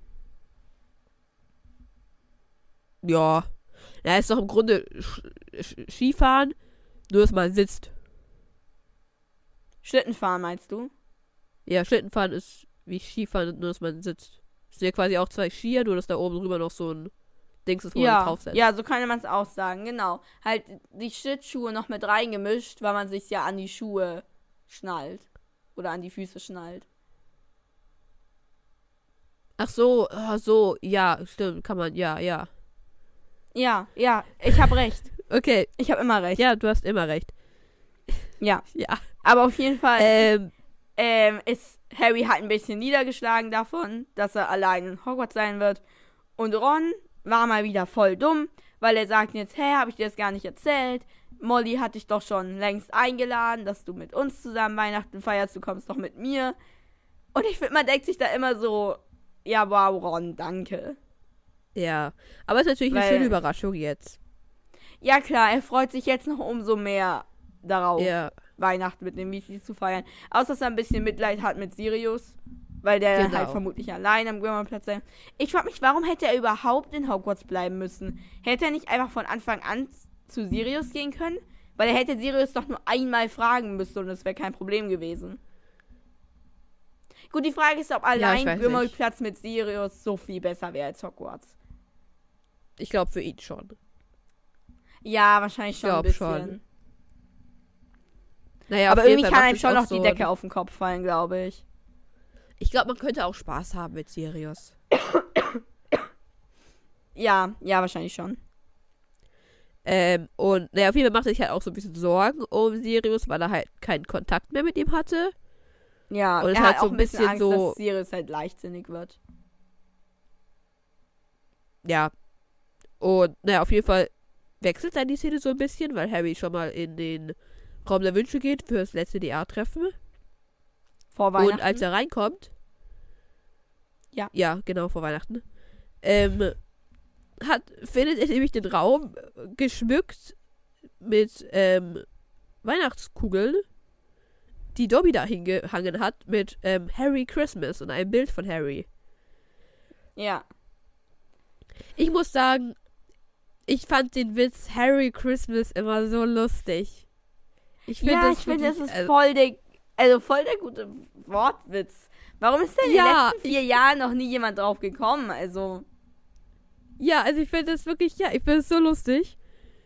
Ja. Ja, ist doch im Grunde Skifahren, nur dass man sitzt. Schlittenfahren meinst du? Ja, Schlittenfahren ist wie Skifahren, nur dass man sitzt. Es sind ja quasi auch zwei Skier, nur dass da oben drüber noch so ein Dings ist, wo man draufsetzt. Ja, so kann man es auch sagen, genau. Halt die Schlittschuhe noch mit reingemischt, weil man sich ja an die Schuhe schnallt. Oder an die Füße schnallt. Ach so, so, ja, stimmt, kann man, ja. Ja, ich habe recht. Okay, Ich habe immer recht. ja, du hast immer recht. Ja. Ja. Aber auf jeden Fall ist Harry halt ein bisschen niedergeschlagen davon, dass er allein in Hogwarts sein wird. Und Ron war mal wieder voll dumm, weil er sagt jetzt, hey, habe ich dir das gar nicht erzählt? Molly hat dich doch schon längst eingeladen, dass du mit uns zusammen Weihnachten feierst, du kommst doch mit mir. Und ich finde, man denkt sich da immer so, ja, wow, Ron, danke. Ja, aber es ist natürlich eine schöne Überraschung jetzt. Ja, klar, er freut sich jetzt noch umso mehr darauf, Ja, Weihnachten mit den Weasleys zu feiern. Außer, dass er ein bisschen Mitleid hat mit Sirius, weil der Genau. halt vermutlich allein am Grimmauld-Platz sein. Ich frage mich, warum hätte er überhaupt in Hogwarts bleiben müssen? Hätte er nicht einfach von Anfang an zu Sirius gehen können? Weil er hätte Sirius doch nur einmal fragen müssen und es wäre kein Problem gewesen. Gut, die Frage ist, ob allein weiß Grimmauld-Platz mit Sirius so viel besser wäre als Hogwarts. ich glaube für ihn schon. Ja, wahrscheinlich schon ein Glaub bisschen. schon. Naja, Aber auf jeden irgendwie Fall kann macht einem es schon auch noch die so- Decke auf den Kopf fallen, glaube ich. Ich glaube, man könnte auch Spaß haben mit Sirius. Ja, wahrscheinlich schon. Und naja, auf jeden Fall macht er sich halt auch so ein bisschen Sorgen um Sirius, weil er halt keinen Kontakt mehr mit ihm hatte. Ja, Und es er hat hat so auch ein ein bisschen bisschen Angst, so- dass Sirius halt leichtsinnig wird. Ja. Und naja, auf jeden Fall wechselt dann die Szene so ein bisschen, weil Harry schon mal in den Raum der Wünsche geht für das letzte DA-Treffen. Vor Weihnachten. Und als er reinkommt. Ja. Ja, genau, vor Weihnachten. Findet er nämlich den Raum geschmückt mit Weihnachtskugeln, die Dobby da hingehangen hat, mit Harry Christmas und einem Bild von Harry. Ja. Ich muss sagen, ich fand den Witz Harry Christmas immer so lustig. Ich finde, Ja, ich finde, das ist voll der gute Wortwitz. Warum ist denn in den Ja, letzten 4 Jahren noch nie jemand drauf gekommen? Also, ja, also ich finde das wirklich, ja, ich finde es so lustig.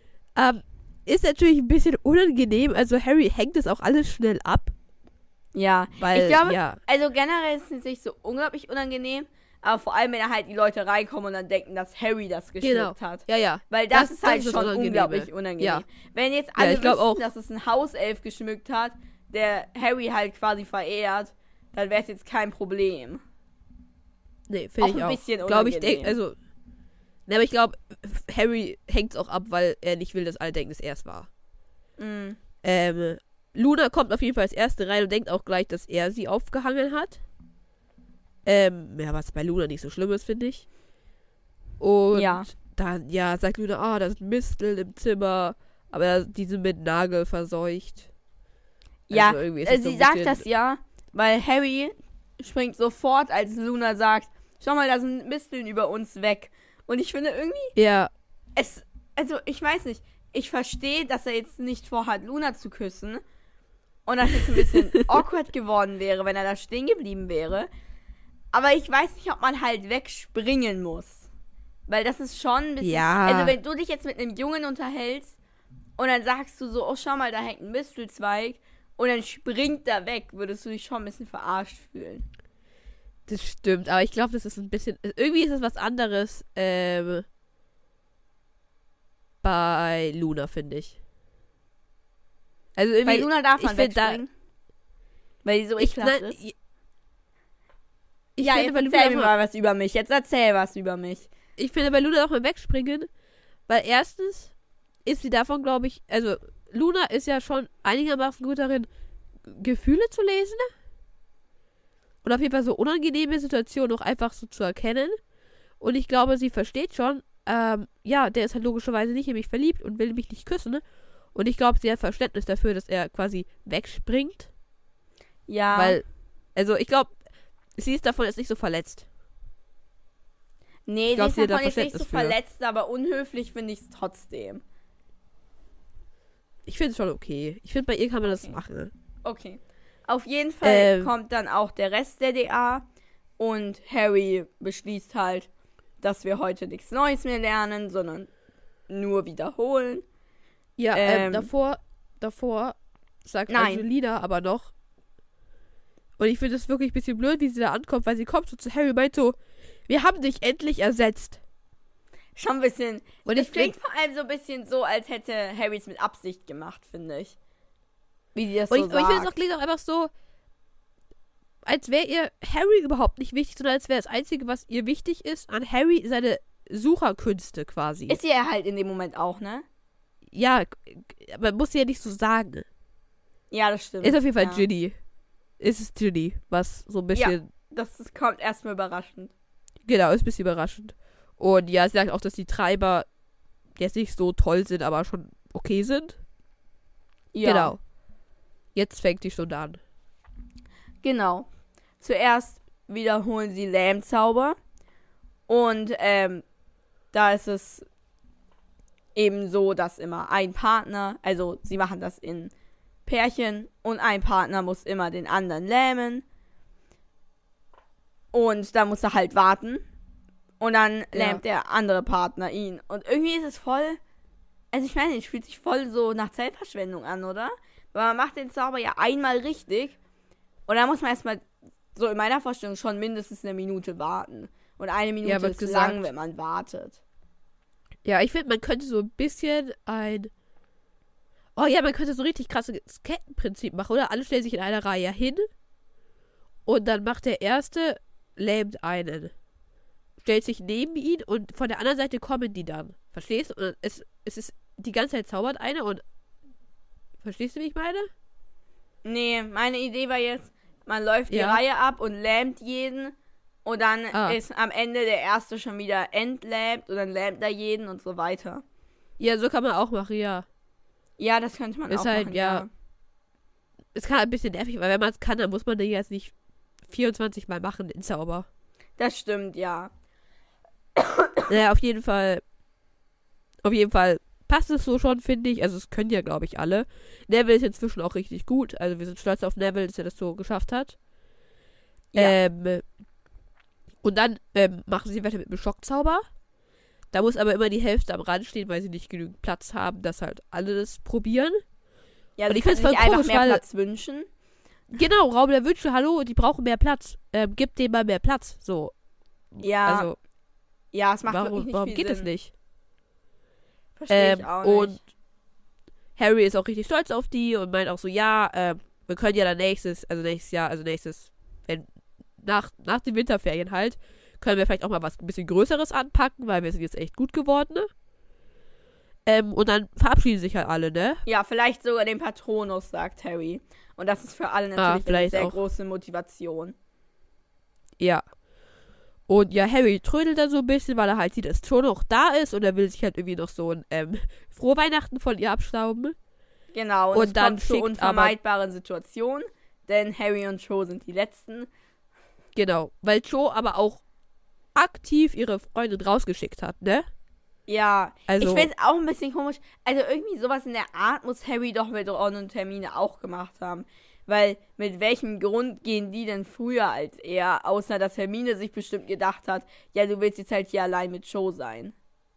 Ist natürlich ein bisschen unangenehm, also Harry hängt das auch alles schnell ab, ja. weil, Ich glaube, ja, also generell ist es nicht so unglaublich unangenehm, aber vor allem, wenn da halt die Leute reinkommen und dann denken, dass Harry das geschluckt hat. ja. Weil das ist halt das schon Unangenehme. unglaublich unangenehm. Ja. Wenn jetzt Ja, alle ich glaub wüssten, auch. dass es ein Hauself geschmückt hat, der Harry halt quasi verehrt, dann wäre es jetzt kein Problem. Nee, Auch finde ich ein auch. bisschen Glaube ich, unangenehm. also, ne, aber ich glaube, Harry hängt es auch ab, weil er nicht will, dass alle denken, dass er es war. Mm. Luna kommt auf jeden Fall als Erste rein und denkt auch gleich, dass er sie aufgehangen hat. Ja, was bei Luna nicht so schlimm ist, finde ich. Und Ja. dann, ja, sagt Luna, da sind Misteln im Zimmer, aber die sind mit Nagel verseucht. Ja, Also irgendwie ist es so sie ein sagt bisschen- das ja, weil Harry springt sofort, als Luna sagt, schau mal, da sind Misteln über uns weg. Und ich finde irgendwie, Ja, also ich weiß nicht, ich verstehe, dass er jetzt nicht vorhat, Luna zu küssen. Und dass es ein bisschen awkward geworden wäre, wenn er da stehen geblieben wäre. Aber ich weiß nicht, ob man halt wegspringen muss. Weil das ist schon ein bisschen... Ja. Also wenn du dich jetzt mit einem Jungen unterhältst und dann sagst du so, oh schau mal, da hängt ein Mistelzweig und dann springt er weg, würdest du dich schon ein bisschen verarscht fühlen. das stimmt, aber ich glaube, das ist ein bisschen, irgendwie ist es was anderes, bei Luna, finde ich. Also irgendwie, Bei Luna darf man ich find da- wegspringen. Weil die so ich, ekelhaft nein, ist. ich Ja, finde, jetzt bei Luna erzähl mir darf man- mal was über mich. Jetzt erzähl was über mich. ich finde, bei Luna darf man wegspringen, weil erstens ist sie davon, glaube ich, also Luna ist ja schon einigermaßen gut darin, Gefühle zu lesen. Und auf jeden Fall so unangenehme Situationen auch einfach so zu erkennen. Und ich glaube, sie versteht schon, ja, der ist halt logischerweise nicht in mich verliebt und will mich nicht küssen. Und ich glaube, sie hat Verständnis dafür, dass er quasi wegspringt. Ja. Weil, also ich glaube, sie ist davon jetzt nicht so verletzt. Nee, glaub, sie sie ist hat da davon jetzt nicht so Verständnis für. verletzt, aber unhöflich finde ich es trotzdem. Ich finde es schon okay. Ich finde, bei ihr kann man das Okay. machen. Okay. Auf jeden Fall kommt dann auch der Rest der DA und Harry beschließt halt, dass wir heute nichts Neues mehr lernen, sondern nur wiederholen. Ja, davor sagt Nein. Angelina aber noch. Und ich finde es wirklich ein bisschen blöd, wie sie da ankommt, weil sie kommt so zu Harry und meint so, wir haben dich endlich ersetzt. Schon ein bisschen. Und Das ich klingt vor allem so ein bisschen so, als hätte Harry es mit Absicht gemacht, finde ich. Wie die das so ich finde, es sagt. auch klingt auch einfach so, als wäre ihr Harry überhaupt nicht wichtig, sondern als wäre das Einzige, was ihr wichtig ist, an Harry seine Sucherkünste quasi. Ist sie ja halt in dem Moment auch, ne? Ja, man muss sie ja nicht so sagen. Ja, das stimmt. Ist auf jeden Fall ja. Ginny. Ist es Ginny, was so ein bisschen, Das kommt erstmal überraschend. genau, ist ein bisschen überraschend. Und ja, sie sagt auch, dass die Treiber jetzt nicht so toll sind, aber schon okay sind. Ja. Genau. Jetzt fängt die Stunde an. Genau. Zuerst wiederholen sie Lähmzauber. Und da ist es eben so, dass immer ein Partner, also sie machen das in Pärchen und ein Partner muss immer den anderen lähmen. Und da muss er halt warten. Und dann lähmt der andere Partner ihn. Und irgendwie ist es voll, also ich meine, es fühlt sich voll so nach Zeitverschwendung an, oder? Weil man macht den Zauber ja einmal richtig. Und dann muss man erstmal, so in meiner Vorstellung, schon mindestens eine Minute warten. Und eine Minute wird ist gesagt. lang, wenn man wartet. Ja, ich finde, man könnte so ein bisschen oh ja, man könnte so richtig krasses Kettenprinzip machen, oder? Alle stellen sich in einer Reihe hin. Und dann macht der Erste, lähmt einen. Stellt sich neben ihn und von der anderen Seite kommen die dann. Verstehst du? Und es ist, die ganze Zeit zaubert einer und verstehst du, wie ich meine? Nee, meine Idee war jetzt, man läuft die Ja. Reihe ab und lähmt jeden. Und dann ist am Ende der Erste schon wieder entlähmt und dann lähmt er jeden und so weiter. Ja, so kann man auch machen, ja. Ja, das könnte man Ist auch halt, machen, ja. Es kann ein bisschen nervig, weil wenn man es kann, dann muss man den jetzt nicht 24 Mal machen, den Zauber. Das stimmt, ja. Naja, auf jeden Fall passt es so schon, finde ich. Also es können ja, glaube ich, alle. Neville ist inzwischen auch richtig gut. Also wir sind stolz auf Neville, dass er das so geschafft hat. Ja. Und dann machen sie weiter mit dem Schockzauber. Da muss aber immer die Hälfte am Rand stehen, weil sie nicht genügend Platz haben, dass halt alle das probieren. Ja, Und sie ich find's können sich voll einfach komisch, mehr weil- Platz wünschen. Genau, Raum der Wünsche, hallo, die brauchen mehr Platz. Gib denen mal mehr Platz. So. Ja, Also, ja, es macht wirklich nicht warum viel geht Sinn. es nicht? Verstehe ich auch Und nicht. Harry ist auch richtig stolz auf die und meint auch so, ja, wir können ja dann nächstes Jahr, wenn nach den Winterferien halt, können wir vielleicht auch mal was ein bisschen Größeres anpacken, weil wir sind jetzt echt gut geworden, ne? Und dann verabschieden sich halt alle, ne? Ja, vielleicht sogar den Patronus, sagt Harry. Und das ist für alle natürlich eine vielleicht sehr auch. große Motivation. Ja. Und ja, Harry trödelt dann so ein bisschen, weil er halt sieht, dass Cho noch da ist und er will sich halt irgendwie noch so ein Frohe Weihnachten von ihr abstauben. Genau, und Und es dann kommt zur schickt unvermeidbaren Situation, denn Harry und Cho sind die Letzten. Genau. Weil Cho aber auch aktiv ihre Freundin rausgeschickt hat, ne? Ja, Also, ich finde es auch ein bisschen komisch. Also irgendwie sowas in der Art muss Harry doch mit Ron und Hermine auch gemacht haben. Weil mit welchem Grund gehen die denn früher als er? Außer dass Hermine sich bestimmt gedacht hat, ja, du willst jetzt halt hier allein mit Cho sein.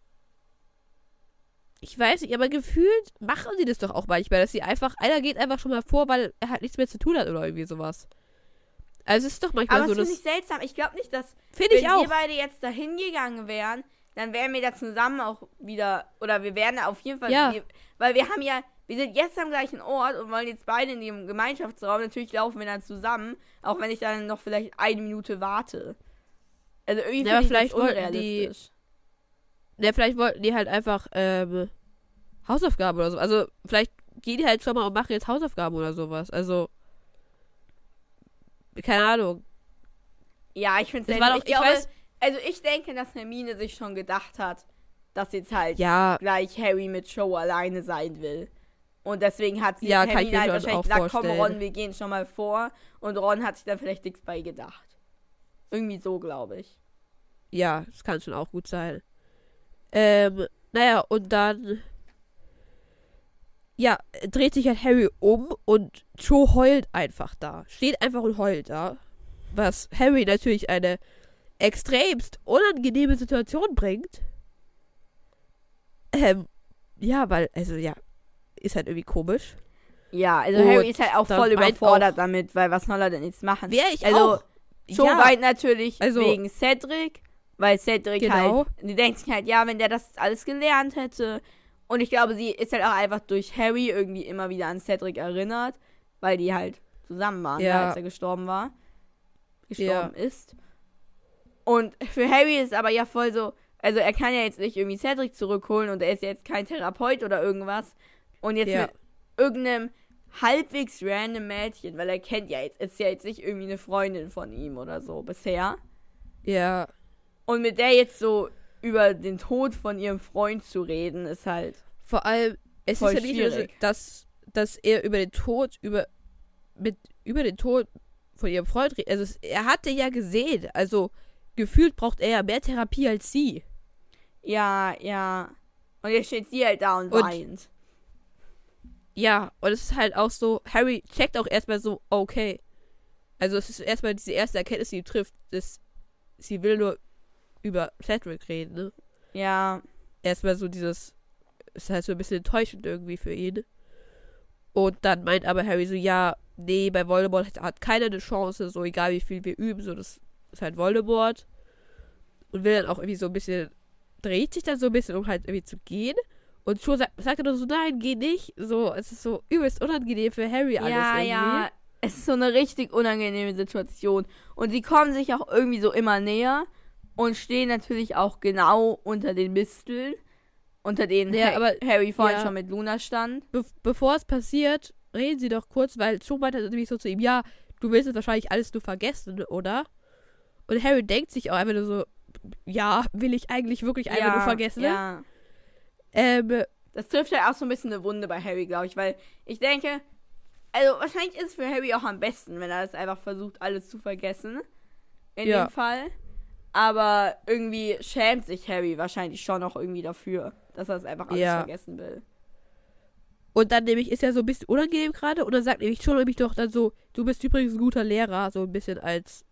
ich weiß nicht, aber gefühlt machen sie das doch auch manchmal, dass sie einfach, einer geht einfach schon mal vor, weil er halt nichts mehr zu tun hat oder irgendwie sowas. Also es ist doch manchmal Aber so, das finde dass, ich seltsam. Ich glaube nicht, dass finde ich wenn auch. wir beide jetzt dahin gegangen wären, dann wären wir da zusammen auch wieder, oder wir wären da auf jeden Fall, Ja. weil wir sind jetzt am gleichen Ort und wollen jetzt beide in dem Gemeinschaftsraum, natürlich laufen wir dann zusammen, auch wenn ich dann noch vielleicht eine Minute warte. Also irgendwie Ja, aber finde ich das vielleicht wollten unrealistisch. Ja, vielleicht wollten die halt einfach Hausaufgaben oder so. Also vielleicht gehen die halt schon mal und machen jetzt Hausaufgaben oder sowas. Also keine Ahnung. Ja, ich finde Es es war seltsam. doch, ich weiß, Also ich denke, dass Hermine sich schon gedacht hat, dass jetzt halt ja, gleich Harry mit Cho alleine sein will. Und deswegen hat sie Ja, kann ich Hermine mir halt schon wahrscheinlich auch gesagt, komm vorstellen. Ron, wir gehen schon mal vor. Und Ron hat sich dann vielleicht nichts bei gedacht. Irgendwie so, glaube ich. ja, das kann schon auch gut sein. Naja, und dann ja, dreht sich halt Harry um und Cho heult einfach da. Steht einfach und heult da. Was Harry natürlich eine extremst unangenehme Situation bringt. Ja, weil, also ja, ist halt irgendwie komisch. Ja, also Und Harry ist halt auch dann voll meint überfordert damit, weil was soll er denn jetzt machen? Wäre ich Also, auch. Cho Ja, weint natürlich also- wegen Cedric, weil Cedric Genau. halt, die denkt sich halt, ja, wenn der das alles gelernt hätte. Und ich glaube, sie ist halt auch einfach durch Harry irgendwie immer wieder an Cedric erinnert, weil die halt zusammen waren, Ja. als er gestorben ist. Und für Harry ist aber ja voll so, also er kann ja jetzt nicht irgendwie Cedric zurückholen und er ist jetzt kein Therapeut oder irgendwas. Und jetzt Ja. mit irgendeinem halbwegs random Mädchen, weil er kennt ja jetzt, ist ja jetzt nicht irgendwie eine Freundin von ihm oder so bisher. Ja, Und mit der jetzt so über den Tod von ihrem Freund zu reden, ist halt vor allem, es voll ist ja nicht nur, schwierig. dass er über den Tod, über den Tod von ihrem Freund redet. Also er hatte ja gesehen, also gefühlt braucht er ja mehr Therapie als sie. Ja, ja. Und jetzt steht sie halt da und Und- weint. Ja, und es ist halt auch so, Harry checkt auch erstmal so, okay. Also es ist erstmal diese erste Erkenntnis, die ihn trifft, dass sie will nur über Cedric reden, ne? Ja. Erstmal so dieses, ist halt so ein bisschen enttäuschend irgendwie für ihn. Und dann meint aber Harry so, ja, nee, bei Voldemort hat keiner eine Chance, so egal wie viel wir üben, so das ist halt Voldemort. Und will dann auch irgendwie so ein bisschen, dreht sich dann so ein bisschen, um halt irgendwie zu gehen. Und Cho sagt er nur so, nein, geh nicht. So, es ist so übelst unangenehm für Harry alles Ja, irgendwie. ja. Es ist so eine richtig unangenehme Situation. Und sie kommen sich auch irgendwie so immer näher und stehen natürlich auch genau unter den Misteln, unter denen Ja, aber- Harry vorhin ja. schon mit Luna stand. Bevor es passiert, reden sie doch kurz, weil Cho meint halt nämlich so zu ihm, ja, du willst es wahrscheinlich alles nur vergessen, oder? Und Harry denkt sich auch einfach nur so, ja, will ich eigentlich wirklich einfach nur vergessen? Ja. Das trifft halt auch so ein bisschen eine Wunde bei Harry, glaube ich, weil ich denke, also wahrscheinlich ist es für Harry auch am besten, wenn er das einfach versucht, alles zu vergessen. In Ja. dem Fall. Aber irgendwie schämt sich Harry wahrscheinlich schon noch irgendwie dafür, dass er es einfach alles Ja. vergessen will. Und dann nämlich ist er so ein bisschen unangenehm gerade und dann sagt nämlich schon nämlich doch dann so, du bist übrigens ein guter Lehrer, so ein bisschen als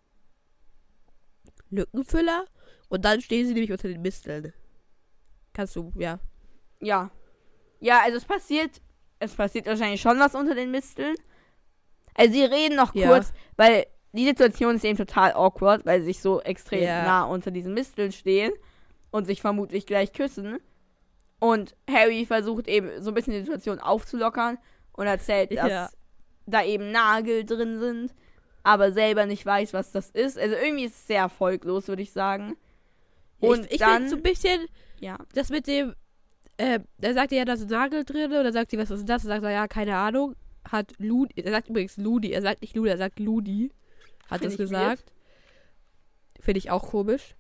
Lückenfüller. Und dann stehen sie nämlich unter den Misteln. Kannst du, ja. Ja. Ja, also es passiert wahrscheinlich schon was unter den Misteln. Also sie reden noch Ja. kurz, weil die Situation ist eben total awkward, weil sie sich so extrem Ja. nah unter diesen Misteln stehen und sich vermutlich gleich küssen. Und Harry versucht eben so ein bisschen die Situation aufzulockern und erzählt, dass Ja. da eben Nagel drin sind, aber selber nicht weiß, was das ist. Also irgendwie ist es sehr erfolglos, würde ich sagen. Und ich dann, finde so ein bisschen, ja, das mit dem, da sagt er ja, da ist ein Nagel drin, und dann sagt sie, was ist das? Und sagt er, ja, keine Ahnung. Hat Ludi, er sagt übrigens Ludi, er sagt nicht Ludi, er sagt Ludi. Hat Find es ich gesagt. Finde ich auch komisch.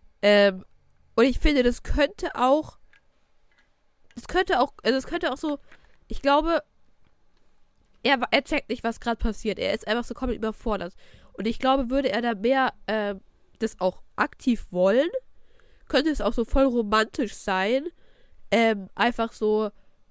Und ich finde, das könnte auch so, ich glaube, er checkt nicht, was gerade passiert. Er ist einfach so komplett überfordert. Und ich glaube, würde er da mehr das auch aktiv wollen, könnte es auch so voll romantisch sein. Einfach so,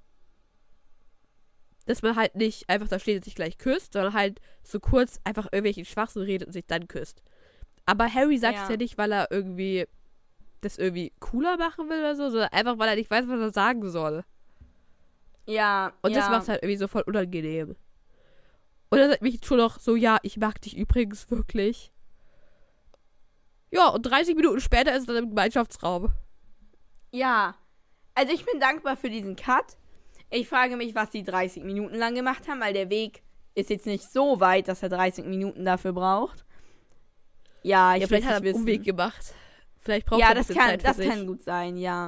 dass man halt nicht einfach da steht und sich gleich küsst, sondern halt so kurz einfach irgendwelchen Schwachsinn redet und sich dann küsst. Aber Harry sagt es ja nicht, weil er irgendwie das irgendwie cooler machen will oder so, sondern einfach, weil er nicht weiß, was er sagen soll. ja, Und ja. das macht halt irgendwie so voll unangenehm. Und dann sagt mich schon noch so, ja, ich mag dich übrigens wirklich. Ja, und 30 Minuten später ist er dann im Gemeinschaftsraum. Ja, also ich bin dankbar für diesen Cut. Ich frage mich, was die 30 Minuten lang gemacht haben, weil der Weg ist jetzt nicht so weit, dass er 30 Minuten dafür braucht. Ja, ich Ja, vielleicht will hat er nicht einen wissen. Umweg gemacht. Vielleicht braucht er Ja, ein das bisschen Zeit für das sich. kann gut sein, ja.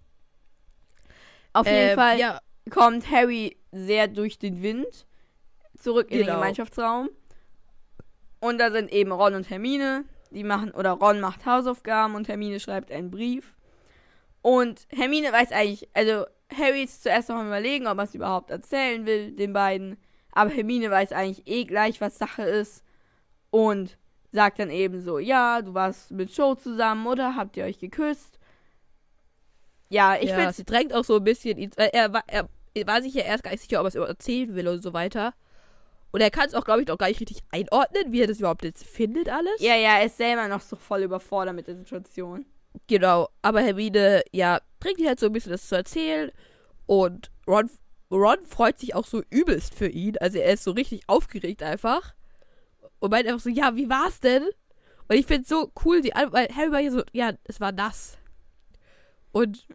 Auf jeden Fall Ja, kommt Harry sehr durch den Wind zurück in den Genau. Gemeinschaftsraum. Und da sind eben Ron und Hermine. Ron macht Hausaufgaben und Hermine schreibt einen Brief. Und Hermine weiß eigentlich, also Harry ist zuerst noch am Überlegen, ob er es überhaupt erzählen will, den beiden. Aber Hermine weiß eigentlich eh gleich, was Sache ist. Und sagt dann eben so, ja, du warst mit Cho zusammen, oder? Habt ihr euch geküsst? Ja, ich ja, find's, sie drängt auch so ein bisschen ihn, weil er war sich ja erst gar nicht sicher, ob er es überhaupt erzählen will und so weiter. Und er kann es auch, glaube ich, noch gar nicht richtig einordnen, wie er das überhaupt jetzt findet alles. Ja, er ist selber noch so voll überfordert mit der Situation. Genau, aber Hermine, ja, bringt ihn halt so ein bisschen das zu erzählen. Und Ron freut sich auch so übelst für ihn. Also er ist so richtig aufgeregt einfach. Und meint einfach so, ja, wie war's denn? Und ich finde es so cool, weil Harry war hier so, ja, es war nass. Und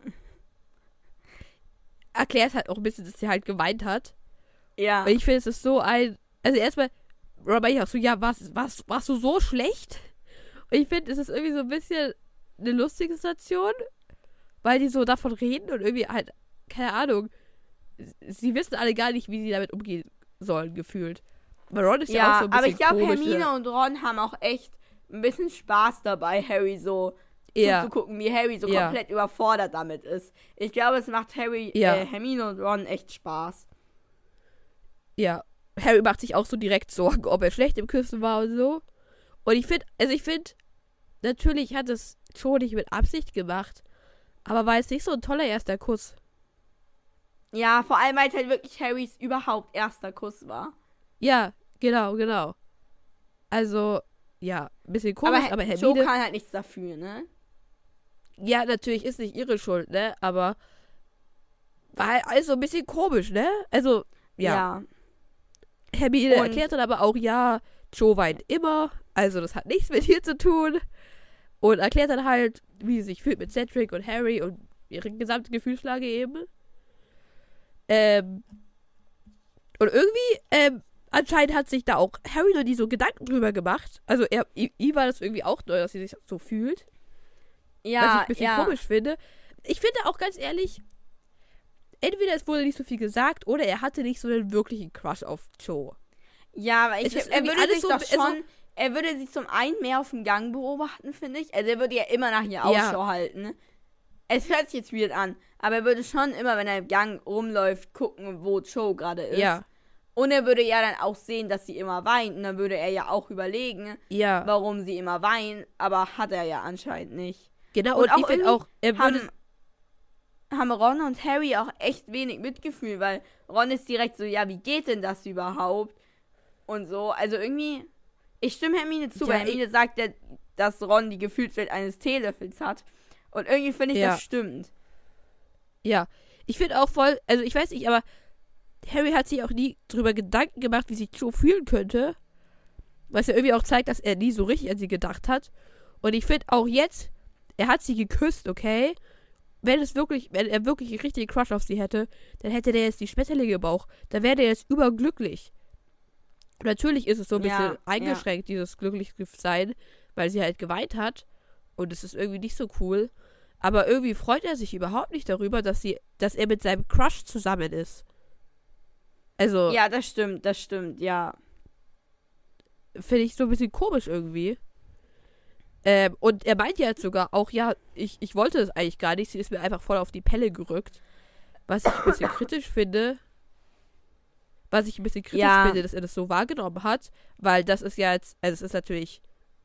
erklärt halt auch ein bisschen, dass sie halt geweint hat. Ja. Und ich finde, es ist so also erstmal, Ron meint auch so, ja, warst du so schlecht? Und ich finde, es ist irgendwie so ein bisschen eine lustige Situation, weil die so davon reden und irgendwie halt, keine Ahnung, sie wissen alle gar nicht, wie sie damit umgehen sollen, gefühlt. Weil Ron ist ja auch so ein bisschen aber ich glaube, komisch, Hermine und Ron haben auch echt ein bisschen Spaß dabei, Harry so ja. zu gucken, wie Harry so komplett überfordert damit ist. Ich glaube, es macht Hermine und Ron echt Spaß. Ja. Harry macht sich auch so direkt Sorgen, ob er schlecht im Küssen war und so. Und ich finde, natürlich hat es schon nicht mit Absicht gemacht, aber war es nicht so ein toller erster Kuss. Ja, vor allem, weil es halt wirklich Harrys überhaupt erster Kuss war. Ja, genau. Also, ja, ein bisschen komisch, aber Hermine... Jo kann halt nichts dafür, ne? Ja, natürlich ist nicht ihre Schuld, ne? Aber war halt alles so ein bisschen komisch, ne? Also, ja. Hermine erklärt dann aber auch, ja, Jo weint immer, also das hat nichts mit ihr zu tun. Und erklärt dann halt, wie sie sich fühlt mit Cedric und Harry und ihre gesamte Gefühlslage eben. Und irgendwie, anscheinend hat sich da auch Harry noch nie so Gedanken drüber gemacht. Also ihm war das irgendwie auch neu, dass sie sich so fühlt. Ja, was ich ein bisschen komisch finde. Ich finde auch ganz ehrlich, entweder es wurde nicht so viel gesagt oder er hatte nicht so einen wirklichen Crush auf Jo. Ja, aber er würde sie zum einen mehr auf dem Gang beobachten, finde ich. Also er würde ja immer nach ihr Ausschau halten. Es hört sich jetzt weird an, aber er würde schon immer, wenn er im Gang rumläuft, gucken, wo Jo gerade ist. Ja. Und er würde ja dann auch sehen, dass sie immer weint. Und dann würde er ja auch überlegen, warum sie immer weint. Aber hat er ja anscheinend nicht. Genau, und ich finde auch, er würde... haben Ron und Harry auch echt wenig Mitgefühl, weil Ron ist direkt so, ja, wie geht denn das überhaupt? Und so, also irgendwie, ich stimme Hermine zu, weil Hermine sagt ja, dass Ron die Gefühlswelt eines Teelöffels hat. Und irgendwie finde ich, das stimmt. Ja, ich finde auch voll, also ich weiß nicht, aber Harry hat sich auch nie drüber Gedanken gemacht, wie sich Jo fühlen könnte. Was ja irgendwie auch zeigt, dass er nie so richtig an sie gedacht hat. Und ich finde auch jetzt, er hat sie geküsst, okay? Wenn er wirklich einen richtigen Crush auf sie hätte, dann hätte der jetzt die Schmetterlinge im Bauch. Da wäre der jetzt überglücklich. Natürlich ist es so ein bisschen eingeschränkt, dieses Glücklichsein, weil sie halt geweint hat. Und es ist irgendwie nicht so cool. Aber irgendwie freut er sich überhaupt nicht darüber, dass er mit seinem Crush zusammen ist. Also. Ja, das stimmt, ja. Finde ich so ein bisschen komisch irgendwie. Und er meint ja jetzt sogar auch, ja, ich wollte das eigentlich gar nicht, sie ist mir einfach voll auf die Pelle gerückt. Was ich ein bisschen kritisch finde. Dass er das so wahrgenommen hat, weil das ist ja jetzt, also es ist natürlich,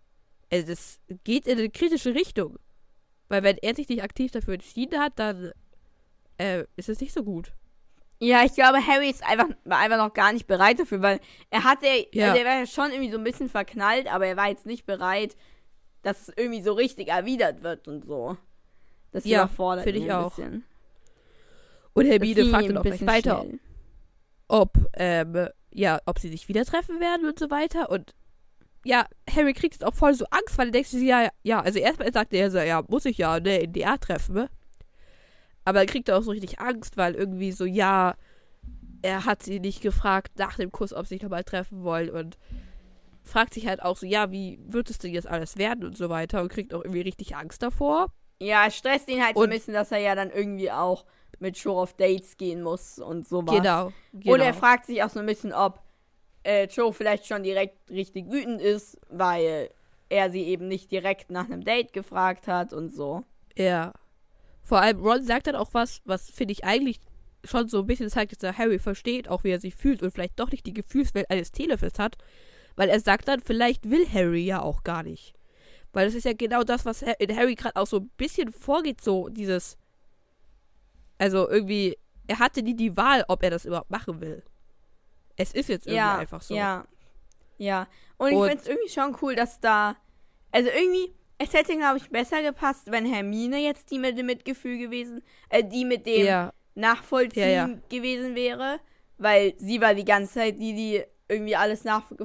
es geht in eine kritische Richtung. Weil wenn er sich nicht aktiv dafür entschieden hat, dann ist es nicht so gut. Ja, ich glaube, Harry war einfach noch gar nicht bereit dafür, weil er war ja schon irgendwie so ein bisschen verknallt, aber er war jetzt nicht bereit, dass es irgendwie so richtig erwidert wird und so. Das überfordert mich ein bisschen. Und Hermine fragt dann auch gleich weiter, ob sie sich wieder treffen werden und so weiter. Und ja, Harry kriegt jetzt auch voll so Angst, weil er denkt sich, ja, also erstmal sagt er so, ja, muss ich ja, ne, in DR treffen, ne? Aber er kriegt auch so richtig Angst, weil irgendwie so, ja, er hat sie nicht gefragt nach dem Kuss, ob sie sich nochmal treffen wollen und fragt sich halt auch so, ja, wie wird es denn jetzt alles werden und so weiter und kriegt auch irgendwie richtig Angst davor. Ja, es stresst ihn halt so ein bisschen, dass er ja dann irgendwie auch mit Jo auf Dates gehen muss und sowas. Genau. Und er fragt sich auch so ein bisschen, ob Jo vielleicht schon direkt richtig wütend ist, weil er sie eben nicht direkt nach einem Date gefragt hat und so. Ja. Vor allem Ron sagt dann auch was finde ich eigentlich schon so ein bisschen zeigt, dass er Harry versteht, auch wie er sich fühlt und vielleicht doch nicht die Gefühlswelt eines Teelöffels hat, weil er sagt dann, vielleicht will Harry ja auch gar nicht. Weil das ist ja genau das, was in Harry gerade auch so ein bisschen vorgeht, so dieses, also irgendwie, er hatte nie die Wahl, ob er das überhaupt machen will. Es ist jetzt irgendwie einfach so. Ja. Und ich finde es irgendwie schon cool, dass da, also irgendwie, es hätte, glaube ich, besser gepasst, wenn Hermine jetzt die mit dem Mitgefühl gewesen, die mit dem Nachvollziehen gewesen wäre, weil sie war die ganze Zeit die irgendwie alles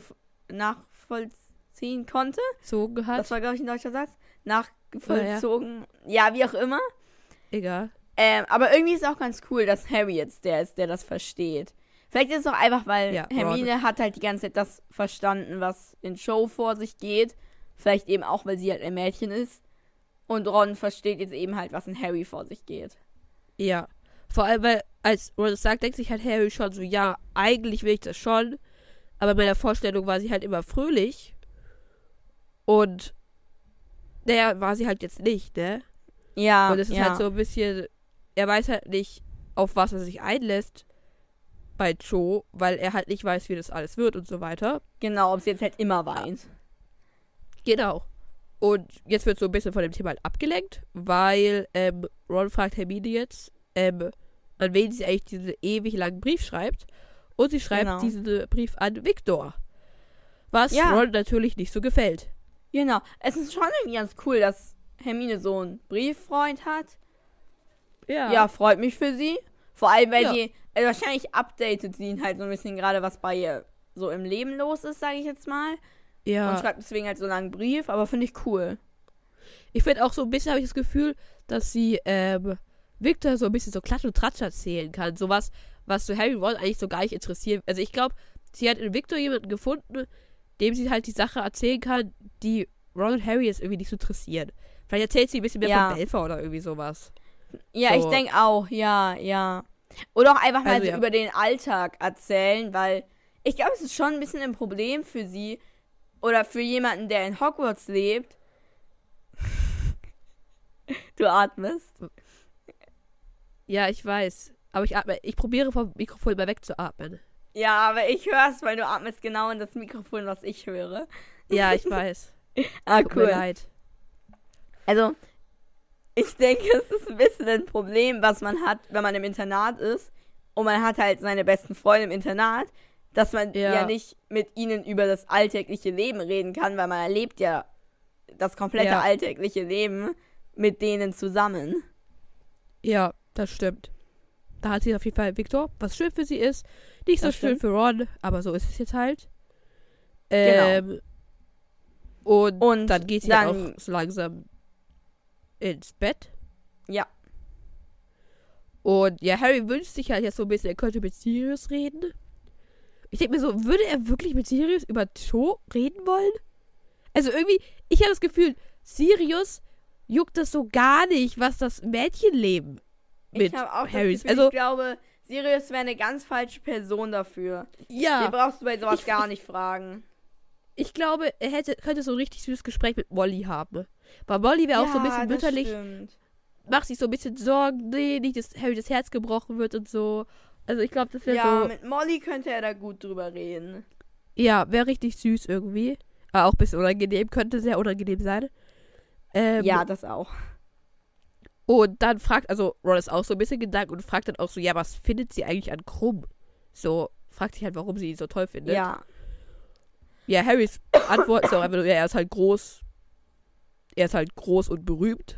nachvollziehen konnte. Zogen hat. Das war, glaube ich, ein deutscher Satz. Nachvollzogen. Ja, wie auch immer. Egal. Aber irgendwie ist es auch ganz cool, dass Harry jetzt der ist, der das versteht. Vielleicht ist es auch einfach, weil Hermine hat halt die ganze Zeit das verstanden, was in Cho vor sich geht. Vielleicht eben auch, weil sie halt ein Mädchen ist. Und Ron versteht jetzt eben halt, was in Harry vor sich geht. Ja. Vor allem, weil, als Ron es sagt, denkt sich halt Harry schon so, ja, eigentlich will ich das schon. Aber in meiner Vorstellung war sie halt immer fröhlich. Und, naja, war sie halt jetzt nicht, ne? Ja. Und es ist halt so ein bisschen, er weiß halt nicht, auf was er sich einlässt bei Cho, weil er halt nicht weiß, wie das alles wird und so weiter. Genau, ob sie jetzt halt immer weint. Genau. Und jetzt wird so ein bisschen von dem Thema halt abgelenkt, weil Ron fragt Hermine jetzt, an wen sie eigentlich diesen ewig langen Brief schreibt. Und sie schreibt diesen Brief an Victor. Was Ron natürlich nicht so gefällt. Genau. Es ist schon irgendwie ganz cool, dass Hermine so einen Brieffreund hat. Ja, freut mich für sie. Vor allem, weil sie, also wahrscheinlich updatet sie ihn halt so ein bisschen gerade, was bei ihr so im Leben los ist, sage ich jetzt mal. Ja. Und schreibt deswegen halt so einen langen Brief, aber finde ich cool. Ich finde auch so ein bisschen, habe ich das Gefühl, dass sie Victor so ein bisschen so Klatsch und Tratsch erzählen kann. Sowas, was so Harry und Ron eigentlich so gar nicht interessiert. Also ich glaube, sie hat in Victor jemanden gefunden, dem sie halt die Sache erzählen kann, die Ron und Harry jetzt irgendwie nicht so interessieren. Vielleicht erzählt sie ein bisschen mehr von Belfer oder irgendwie sowas. Ja, so. Ich denke auch, ja. Oder auch einfach mal so über den Alltag erzählen, weil ich glaube, es ist schon ein bisschen ein Problem für sie oder für jemanden, der in Hogwarts lebt. Du atmest. Ja, ich weiß. Aber ich probiere vom Mikrofon mal wegzuatmen. Ja, aber ich höre es, weil du atmest genau in das Mikrofon, was ich höre. Ja, ich weiß. Tut mir leid. Also, ich denke, es ist ein bisschen ein Problem, was man hat, wenn man im Internat ist und man hat halt seine besten Freunde im Internat, dass man ja nicht mit ihnen über das alltägliche Leben reden kann, weil man erlebt ja das komplette alltägliche Leben mit denen zusammen. Ja, das stimmt. Da hat sie auf jeden Fall Victor, was schön für sie ist. Nicht so schön für Ron, aber so ist es jetzt halt. Genau. Und dann geht sie auch so langsam ins Bett. Ja. Und ja, Harry wünscht sich halt jetzt so ein bisschen, er könnte mit Sirius reden. Ich denke mir so, würde er wirklich mit Sirius über Cho reden wollen? Also irgendwie, ich habe das Gefühl, Sirius juckt das so gar nicht, was das Mädchenleben mit Harrys. Also, ich glaube, Sirius wäre eine ganz falsche Person dafür. Ja. Den brauchst du bei sowas gar nicht fragen. Ich glaube, er könnte so ein richtig süßes Gespräch mit Molly haben. Weil Molly wäre auch so ein bisschen mütterlich. Stimmt. Macht sich so ein bisschen Sorgen, nicht, dass Harry das Herz gebrochen wird und so. Also ich glaube, das wäre so... Ja, mit Molly könnte er da gut drüber reden. Ja, wäre richtig süß irgendwie. Aber auch ein bisschen unangenehm, könnte sehr unangenehm sein. Ja, das auch. Und dann fragt, also Ron ist auch so ein bisschen Gedanken und fragt dann auch so, ja, was findet sie eigentlich an Krumm? So, fragt sich halt, warum sie ihn so toll findet. Ja. Ja, Harrys Antwort ist auch einfach nur, ja, er ist halt groß. Er ist halt groß und berühmt.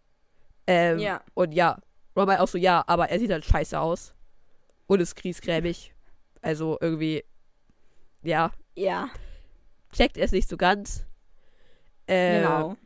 Ja. Und ja, Ron meint auch so, ja, aber er sieht halt scheiße aus. Und ist griesgrämig. Also irgendwie, ja. Ja. Checkt er es nicht so ganz. Genau.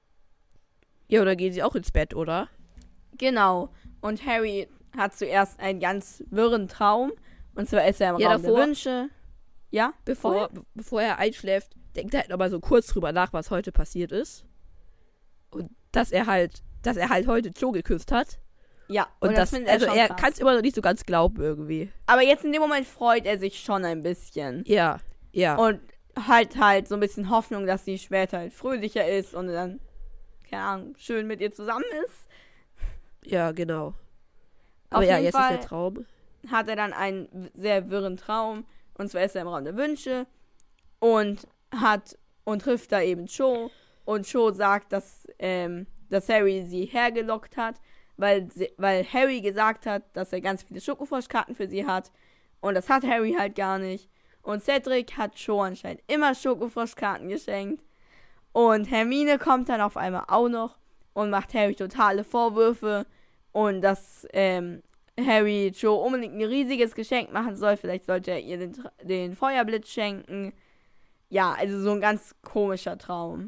Ja, und dann gehen sie auch ins Bett, oder? Genau. Und Harry hat zuerst einen ganz wirren Traum. Und zwar ist er im Raum der Wünsche. Ja? Bevor er einschläft, denkt er halt nochmal so kurz drüber nach, was heute passiert ist. Und dass er halt heute Cho geküsst hat. Ja, und das findet er kann es immer noch nicht so ganz glauben irgendwie. Aber jetzt in dem Moment freut er sich schon ein bisschen. Ja. Und halt so ein bisschen Hoffnung, dass sie später halt fröhlicher ist und dann, keine Ahnung, schön mit ihr zusammen ist. Ja, genau. Aber ja, jetzt ist der Traum. Hat er dann einen sehr wirren Traum. Und zwar ist er im Raum der Wünsche und trifft da eben Cho. Und Cho sagt, dass Harry sie hergelockt hat, weil Harry gesagt hat, dass er ganz viele Schokofroschkarten für sie hat. Und das hat Harry halt gar nicht. Und Cedric hat Cho anscheinend immer Schokofroschkarten geschenkt. Und Hermine kommt dann auf einmal auch noch und macht Harry totale Vorwürfe. Und dass Harry Cho unbedingt ein riesiges Geschenk machen soll. Vielleicht sollte er ihr den Feuerblitz schenken. Ja, also so ein ganz komischer Traum.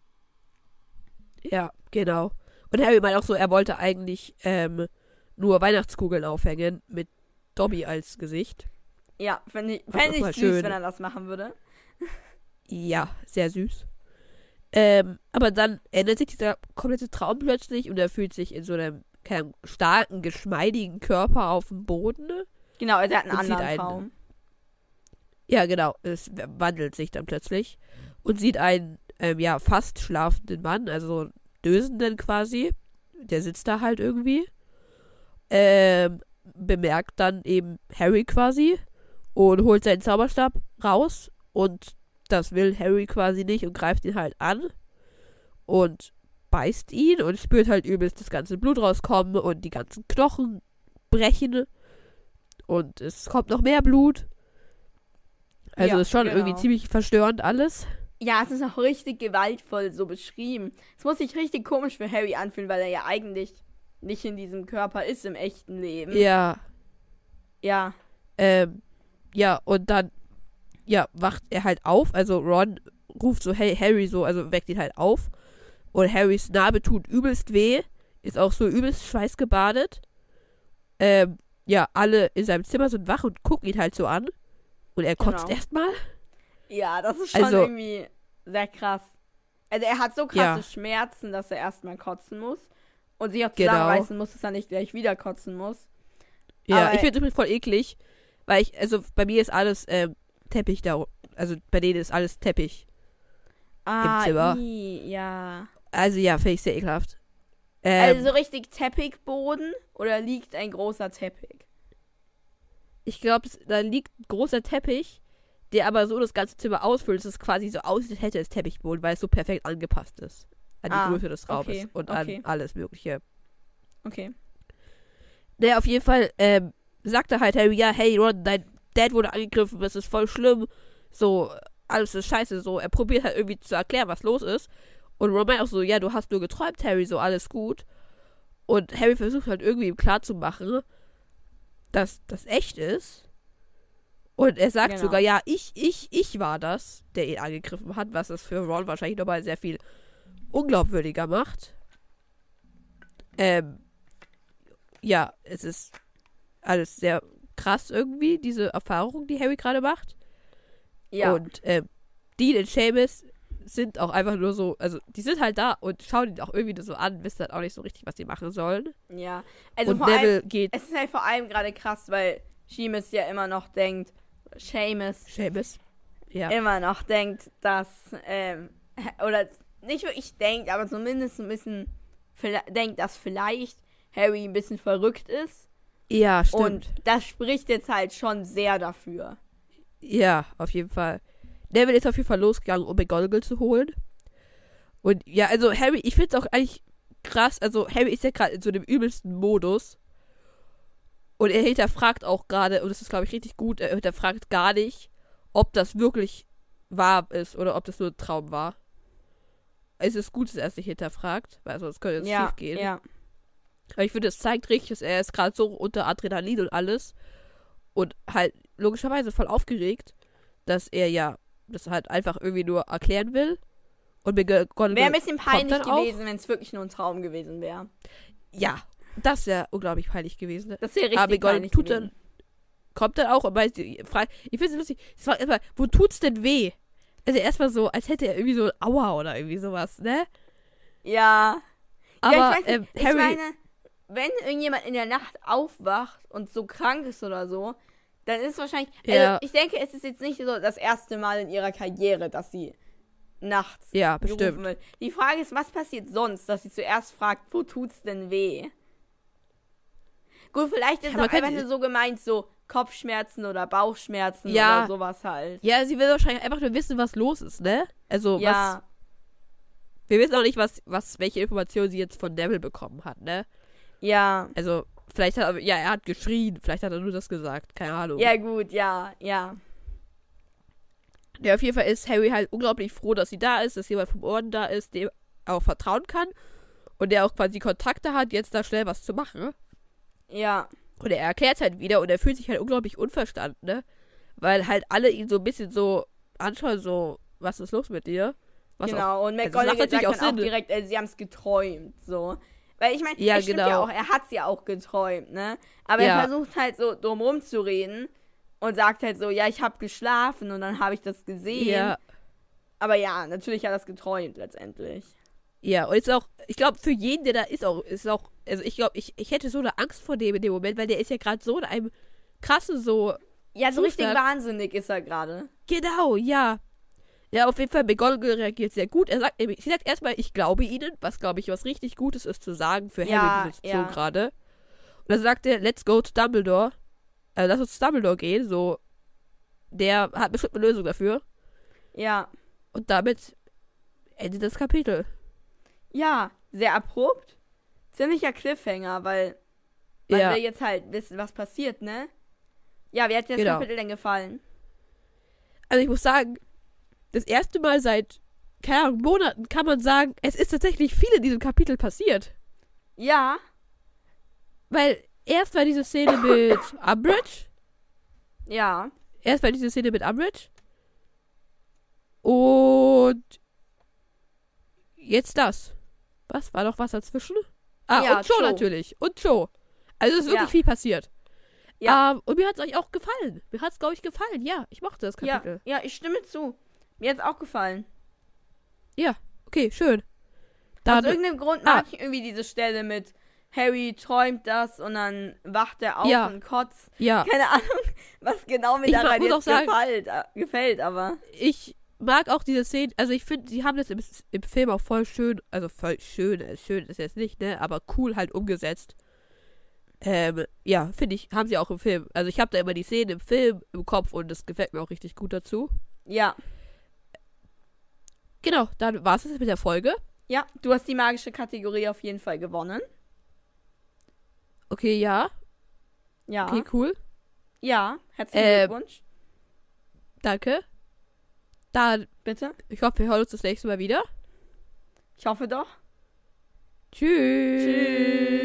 Ja, genau. Und Harry meint auch so, er wollte eigentlich nur Weihnachtskugeln aufhängen mit Dobby als Gesicht. Ja, fände ich süß, schön. wenn er das machen würde. Ja, sehr süß. Aber dann ändert sich dieser komplette Traum plötzlich und er fühlt sich in so einem starken, geschmeidigen Körper auf dem Boden. Genau, also er hat einen Und anderen Traum. Ja, genau. Es wandelt sich dann plötzlich und sieht einen, fast schlafenden Mann, also so einen Dösenden quasi. Der sitzt da halt irgendwie. Bemerkt dann eben Harry quasi und holt seinen Zauberstab raus und das will Harry quasi nicht und greift ihn halt an und beißt ihn und spürt halt übelst das ganze Blut rauskommen und die ganzen Knochen brechen und es kommt noch mehr Blut. Also Ja, ist schon genau. irgendwie ziemlich verstörend alles. Ja, es ist auch richtig gewaltvoll so beschrieben. Es muss sich richtig komisch für Harry anfühlen, weil er ja eigentlich nicht in diesem Körper ist im echten Leben. Ja. Ja. Ja, und dann wacht er halt auf. Also Ron ruft so, hey Harry, so, also weckt ihn halt auf. Und Harrys Narbe tut übelst weh. Ist auch so übelst schweißgebadet. Alle in seinem Zimmer sind wach und gucken ihn halt so an. Und er kotzt Genau. erstmal. Ja, das ist schon Also- irgendwie sehr krass. Also er hat so krasse Schmerzen, dass er erstmal kotzen muss. Und sich auch Genau. zusammenreißen muss, dass er nicht gleich wieder kotzen muss. Ja, Aber- ich finde es übrigens voll eklig. Weil bei mir ist alles Teppich da. Also bei denen ist alles Teppich. Zimmer. Ja. Also ja, finde ich sehr ekelhaft. Also so richtig Teppichboden oder liegt ein großer Teppich? Ich glaube, da liegt ein großer Teppich, der aber so das ganze Zimmer ausfüllt, dass es quasi so aussieht, als hätte es Teppichboden, weil es so perfekt angepasst ist. An die Größe des Raumes okay, und okay. an alles Mögliche. Okay. Naja, auf jeden Fall sagt er halt Harry, ja, hey Ron, dein Dad wurde angegriffen, das ist voll schlimm. So, alles ist scheiße. So, er probiert halt irgendwie zu erklären, was los ist. Und Ron meint auch so, ja, du hast nur geträumt, Harry, so, alles gut. Und Harry versucht halt irgendwie ihm klarzumachen, dass das echt ist. Und er sagt Genau. sogar, ja, ich war das, der ihn angegriffen hat, was das für Ron wahrscheinlich nochmal sehr viel unglaubwürdiger macht. Ja, es ist alles sehr krass irgendwie, diese Erfahrung, die Harry gerade macht. Ja. Und Dean und Seamus sind auch einfach nur so, also die sind halt da und schauen ihn auch irgendwie nur so an, wissen halt auch nicht so richtig, was sie machen sollen. Ja. Also Und vor Neville allem, geht, es ist halt vor allem gerade krass, weil Seamus ja immer noch denkt, Seamus, ja, immer noch denkt, dass, oder nicht wirklich denkt, aber zumindest ein bisschen denkt, dass vielleicht Harry ein bisschen verrückt ist. ja, stimmt. Und das spricht jetzt halt schon sehr dafür. Ja, auf jeden Fall. Neville ist auf jeden Fall losgegangen, um McGonagall zu holen. Und ja, also Harry, ich finde es auch eigentlich krass, also Harry ist ja gerade in so dem übelsten Modus. Und er hinterfragt auch gerade, und das ist, glaube ich, richtig gut, er hinterfragt gar nicht, ob das wirklich wahr ist oder ob das nur ein Traum war. Es ist gut, dass er es nicht hinterfragt, weil sonst könnte es schief gehen. Ja. Aber ich finde, es zeigt richtig, dass er ist gerade so unter Adrenalin und alles und halt logischerweise voll aufgeregt, dass er ja das halt einfach irgendwie nur erklären will. Und McGonagall Wäre ein bisschen kommt peinlich dann auch. gewesen, wenn es wirklich nur ein Traum gewesen wäre. Ja, das wäre unglaublich peinlich gewesen. Das wäre richtig Aber McGonagall peinlich tut gewesen. kommt dann auch und meint, fragt, ich finde es lustig, sie fragt erstmal, wo tut's denn weh? Also erstmal so, als hätte er irgendwie so ein Aua oder irgendwie sowas, ne? Ja. Aber ja, ich weiß nicht, ich Harry, meine, wenn irgendjemand in der Nacht aufwacht und so krank ist oder so, dann ist es wahrscheinlich, Ja. also ich denke, es ist jetzt nicht so das erste Mal in ihrer Karriere, dass sie nachts ja, gerufen bestimmt. wird. Die Frage ist, was passiert sonst, dass sie zuerst fragt, wo tut's denn weh? Gut, vielleicht ist Ja, man es auch einfach könnte- nur so gemeint, so Kopfschmerzen oder Bauchschmerzen Ja. oder sowas halt. Ja, sie will wahrscheinlich einfach nur wissen, was los ist, ne? Also, Ja, wir wissen auch nicht, welche Informationen sie jetzt von Neville bekommen hat, ne? Ja. Also, vielleicht hat er, ja, er hat geschrien, vielleicht hat er nur das gesagt, keine Ahnung. Ja, gut, ja. Ja, auf jeden Fall ist Harry halt unglaublich froh, dass sie da ist, dass jemand vom Orden da ist, dem er auch vertrauen kann und der auch quasi Kontakte hat, jetzt da schnell was zu machen. Ja. Und er erklärt halt wieder und er fühlt sich halt unglaublich unverstanden, ne? Weil halt alle ihn so ein bisschen so anschauen, so, was ist los mit dir? Was Genau, auch, und also McGonagall macht sagt natürlich dann auch Sinn. direkt, sie haben es geträumt, so. Weil ich meine, Ja, es stimmt ja genau. auch, er hat es ja auch geträumt, ne? Aber Ja. er versucht halt so drumherum zu reden und sagt halt so, ja, ich habe geschlafen und dann habe ich das gesehen. Ja, Aber ja, natürlich hat er es geträumt letztendlich. ja, und ist auch, ich glaube, für jeden, der da ist auch, also ich glaube, ich hätte so eine Angst vor dem in dem Moment, weil der ist ja gerade so in einem krassen, so, Ja, so richtig Zustand. wahnsinnig ist er gerade. genau, ja. Ja, auf jeden Fall, McGonagall reagiert sehr gut. Sie sagt erstmal, ich glaube ihnen, was, glaube ich, was richtig Gutes ist zu sagen für Ja, Harry die Situation ja. gerade. Und dann sagt er, let's go to Dumbledore. Lass uns zu Dumbledore gehen, so. Der hat bestimmt eine Lösung dafür. Ja. Und damit endet das Kapitel. Ja, sehr abrupt. Ziemlicher Cliffhanger, weil man Ja, will jetzt halt wissen, was passiert, ne? Ja, wie hat dir das Genau. Kapitel denn gefallen? also ich muss sagen, das erste Mal seit, keine Ahnung, Monaten kann man sagen, es ist tatsächlich viel in diesem Kapitel passiert. Ja, Weil erst war diese Szene mit Umbridge. ja. Erst war diese Szene mit Umbridge. Und jetzt das. Was? War noch was dazwischen? Ah, Ja, und Joe Cho. natürlich. Und Joe. Also es ist wirklich Ja. viel passiert. Ja. Und mir hat es euch auch gefallen. Mir hat es, glaube ich, gefallen. Ja, ich mochte das Ja, Kapitel. ja, ich stimme zu. Mir hat's auch gefallen. Ja, okay, schön. Aus Dann, irgendeinem Grund mag ich irgendwie diese Stelle mit Harry träumt das und dann wacht er auf Ja. und kotzt. ja, Keine Ahnung, was genau mir Ich daran muss auch jetzt sagen- gefällt, aber ich mag auch diese Szene. Also ich finde, sie haben das im Film auch voll schön, also voll schön ist jetzt nicht, ne, aber cool halt umgesetzt. Ja, finde ich, haben sie auch im Film. Also ich habe da immer die Szene im Film im Kopf und das gefällt mir auch richtig gut dazu. ja. Genau, dann war es jetzt mit der Folge. Ja, du hast die magische Kategorie auf jeden Fall gewonnen. Okay, ja. Ja. Okay, cool. Ja, herzlichen Glückwunsch. Danke. Dann, Bitte. ich hoffe, wir hören uns das nächste Mal wieder. Ich hoffe doch. Tschüss. Tschüss.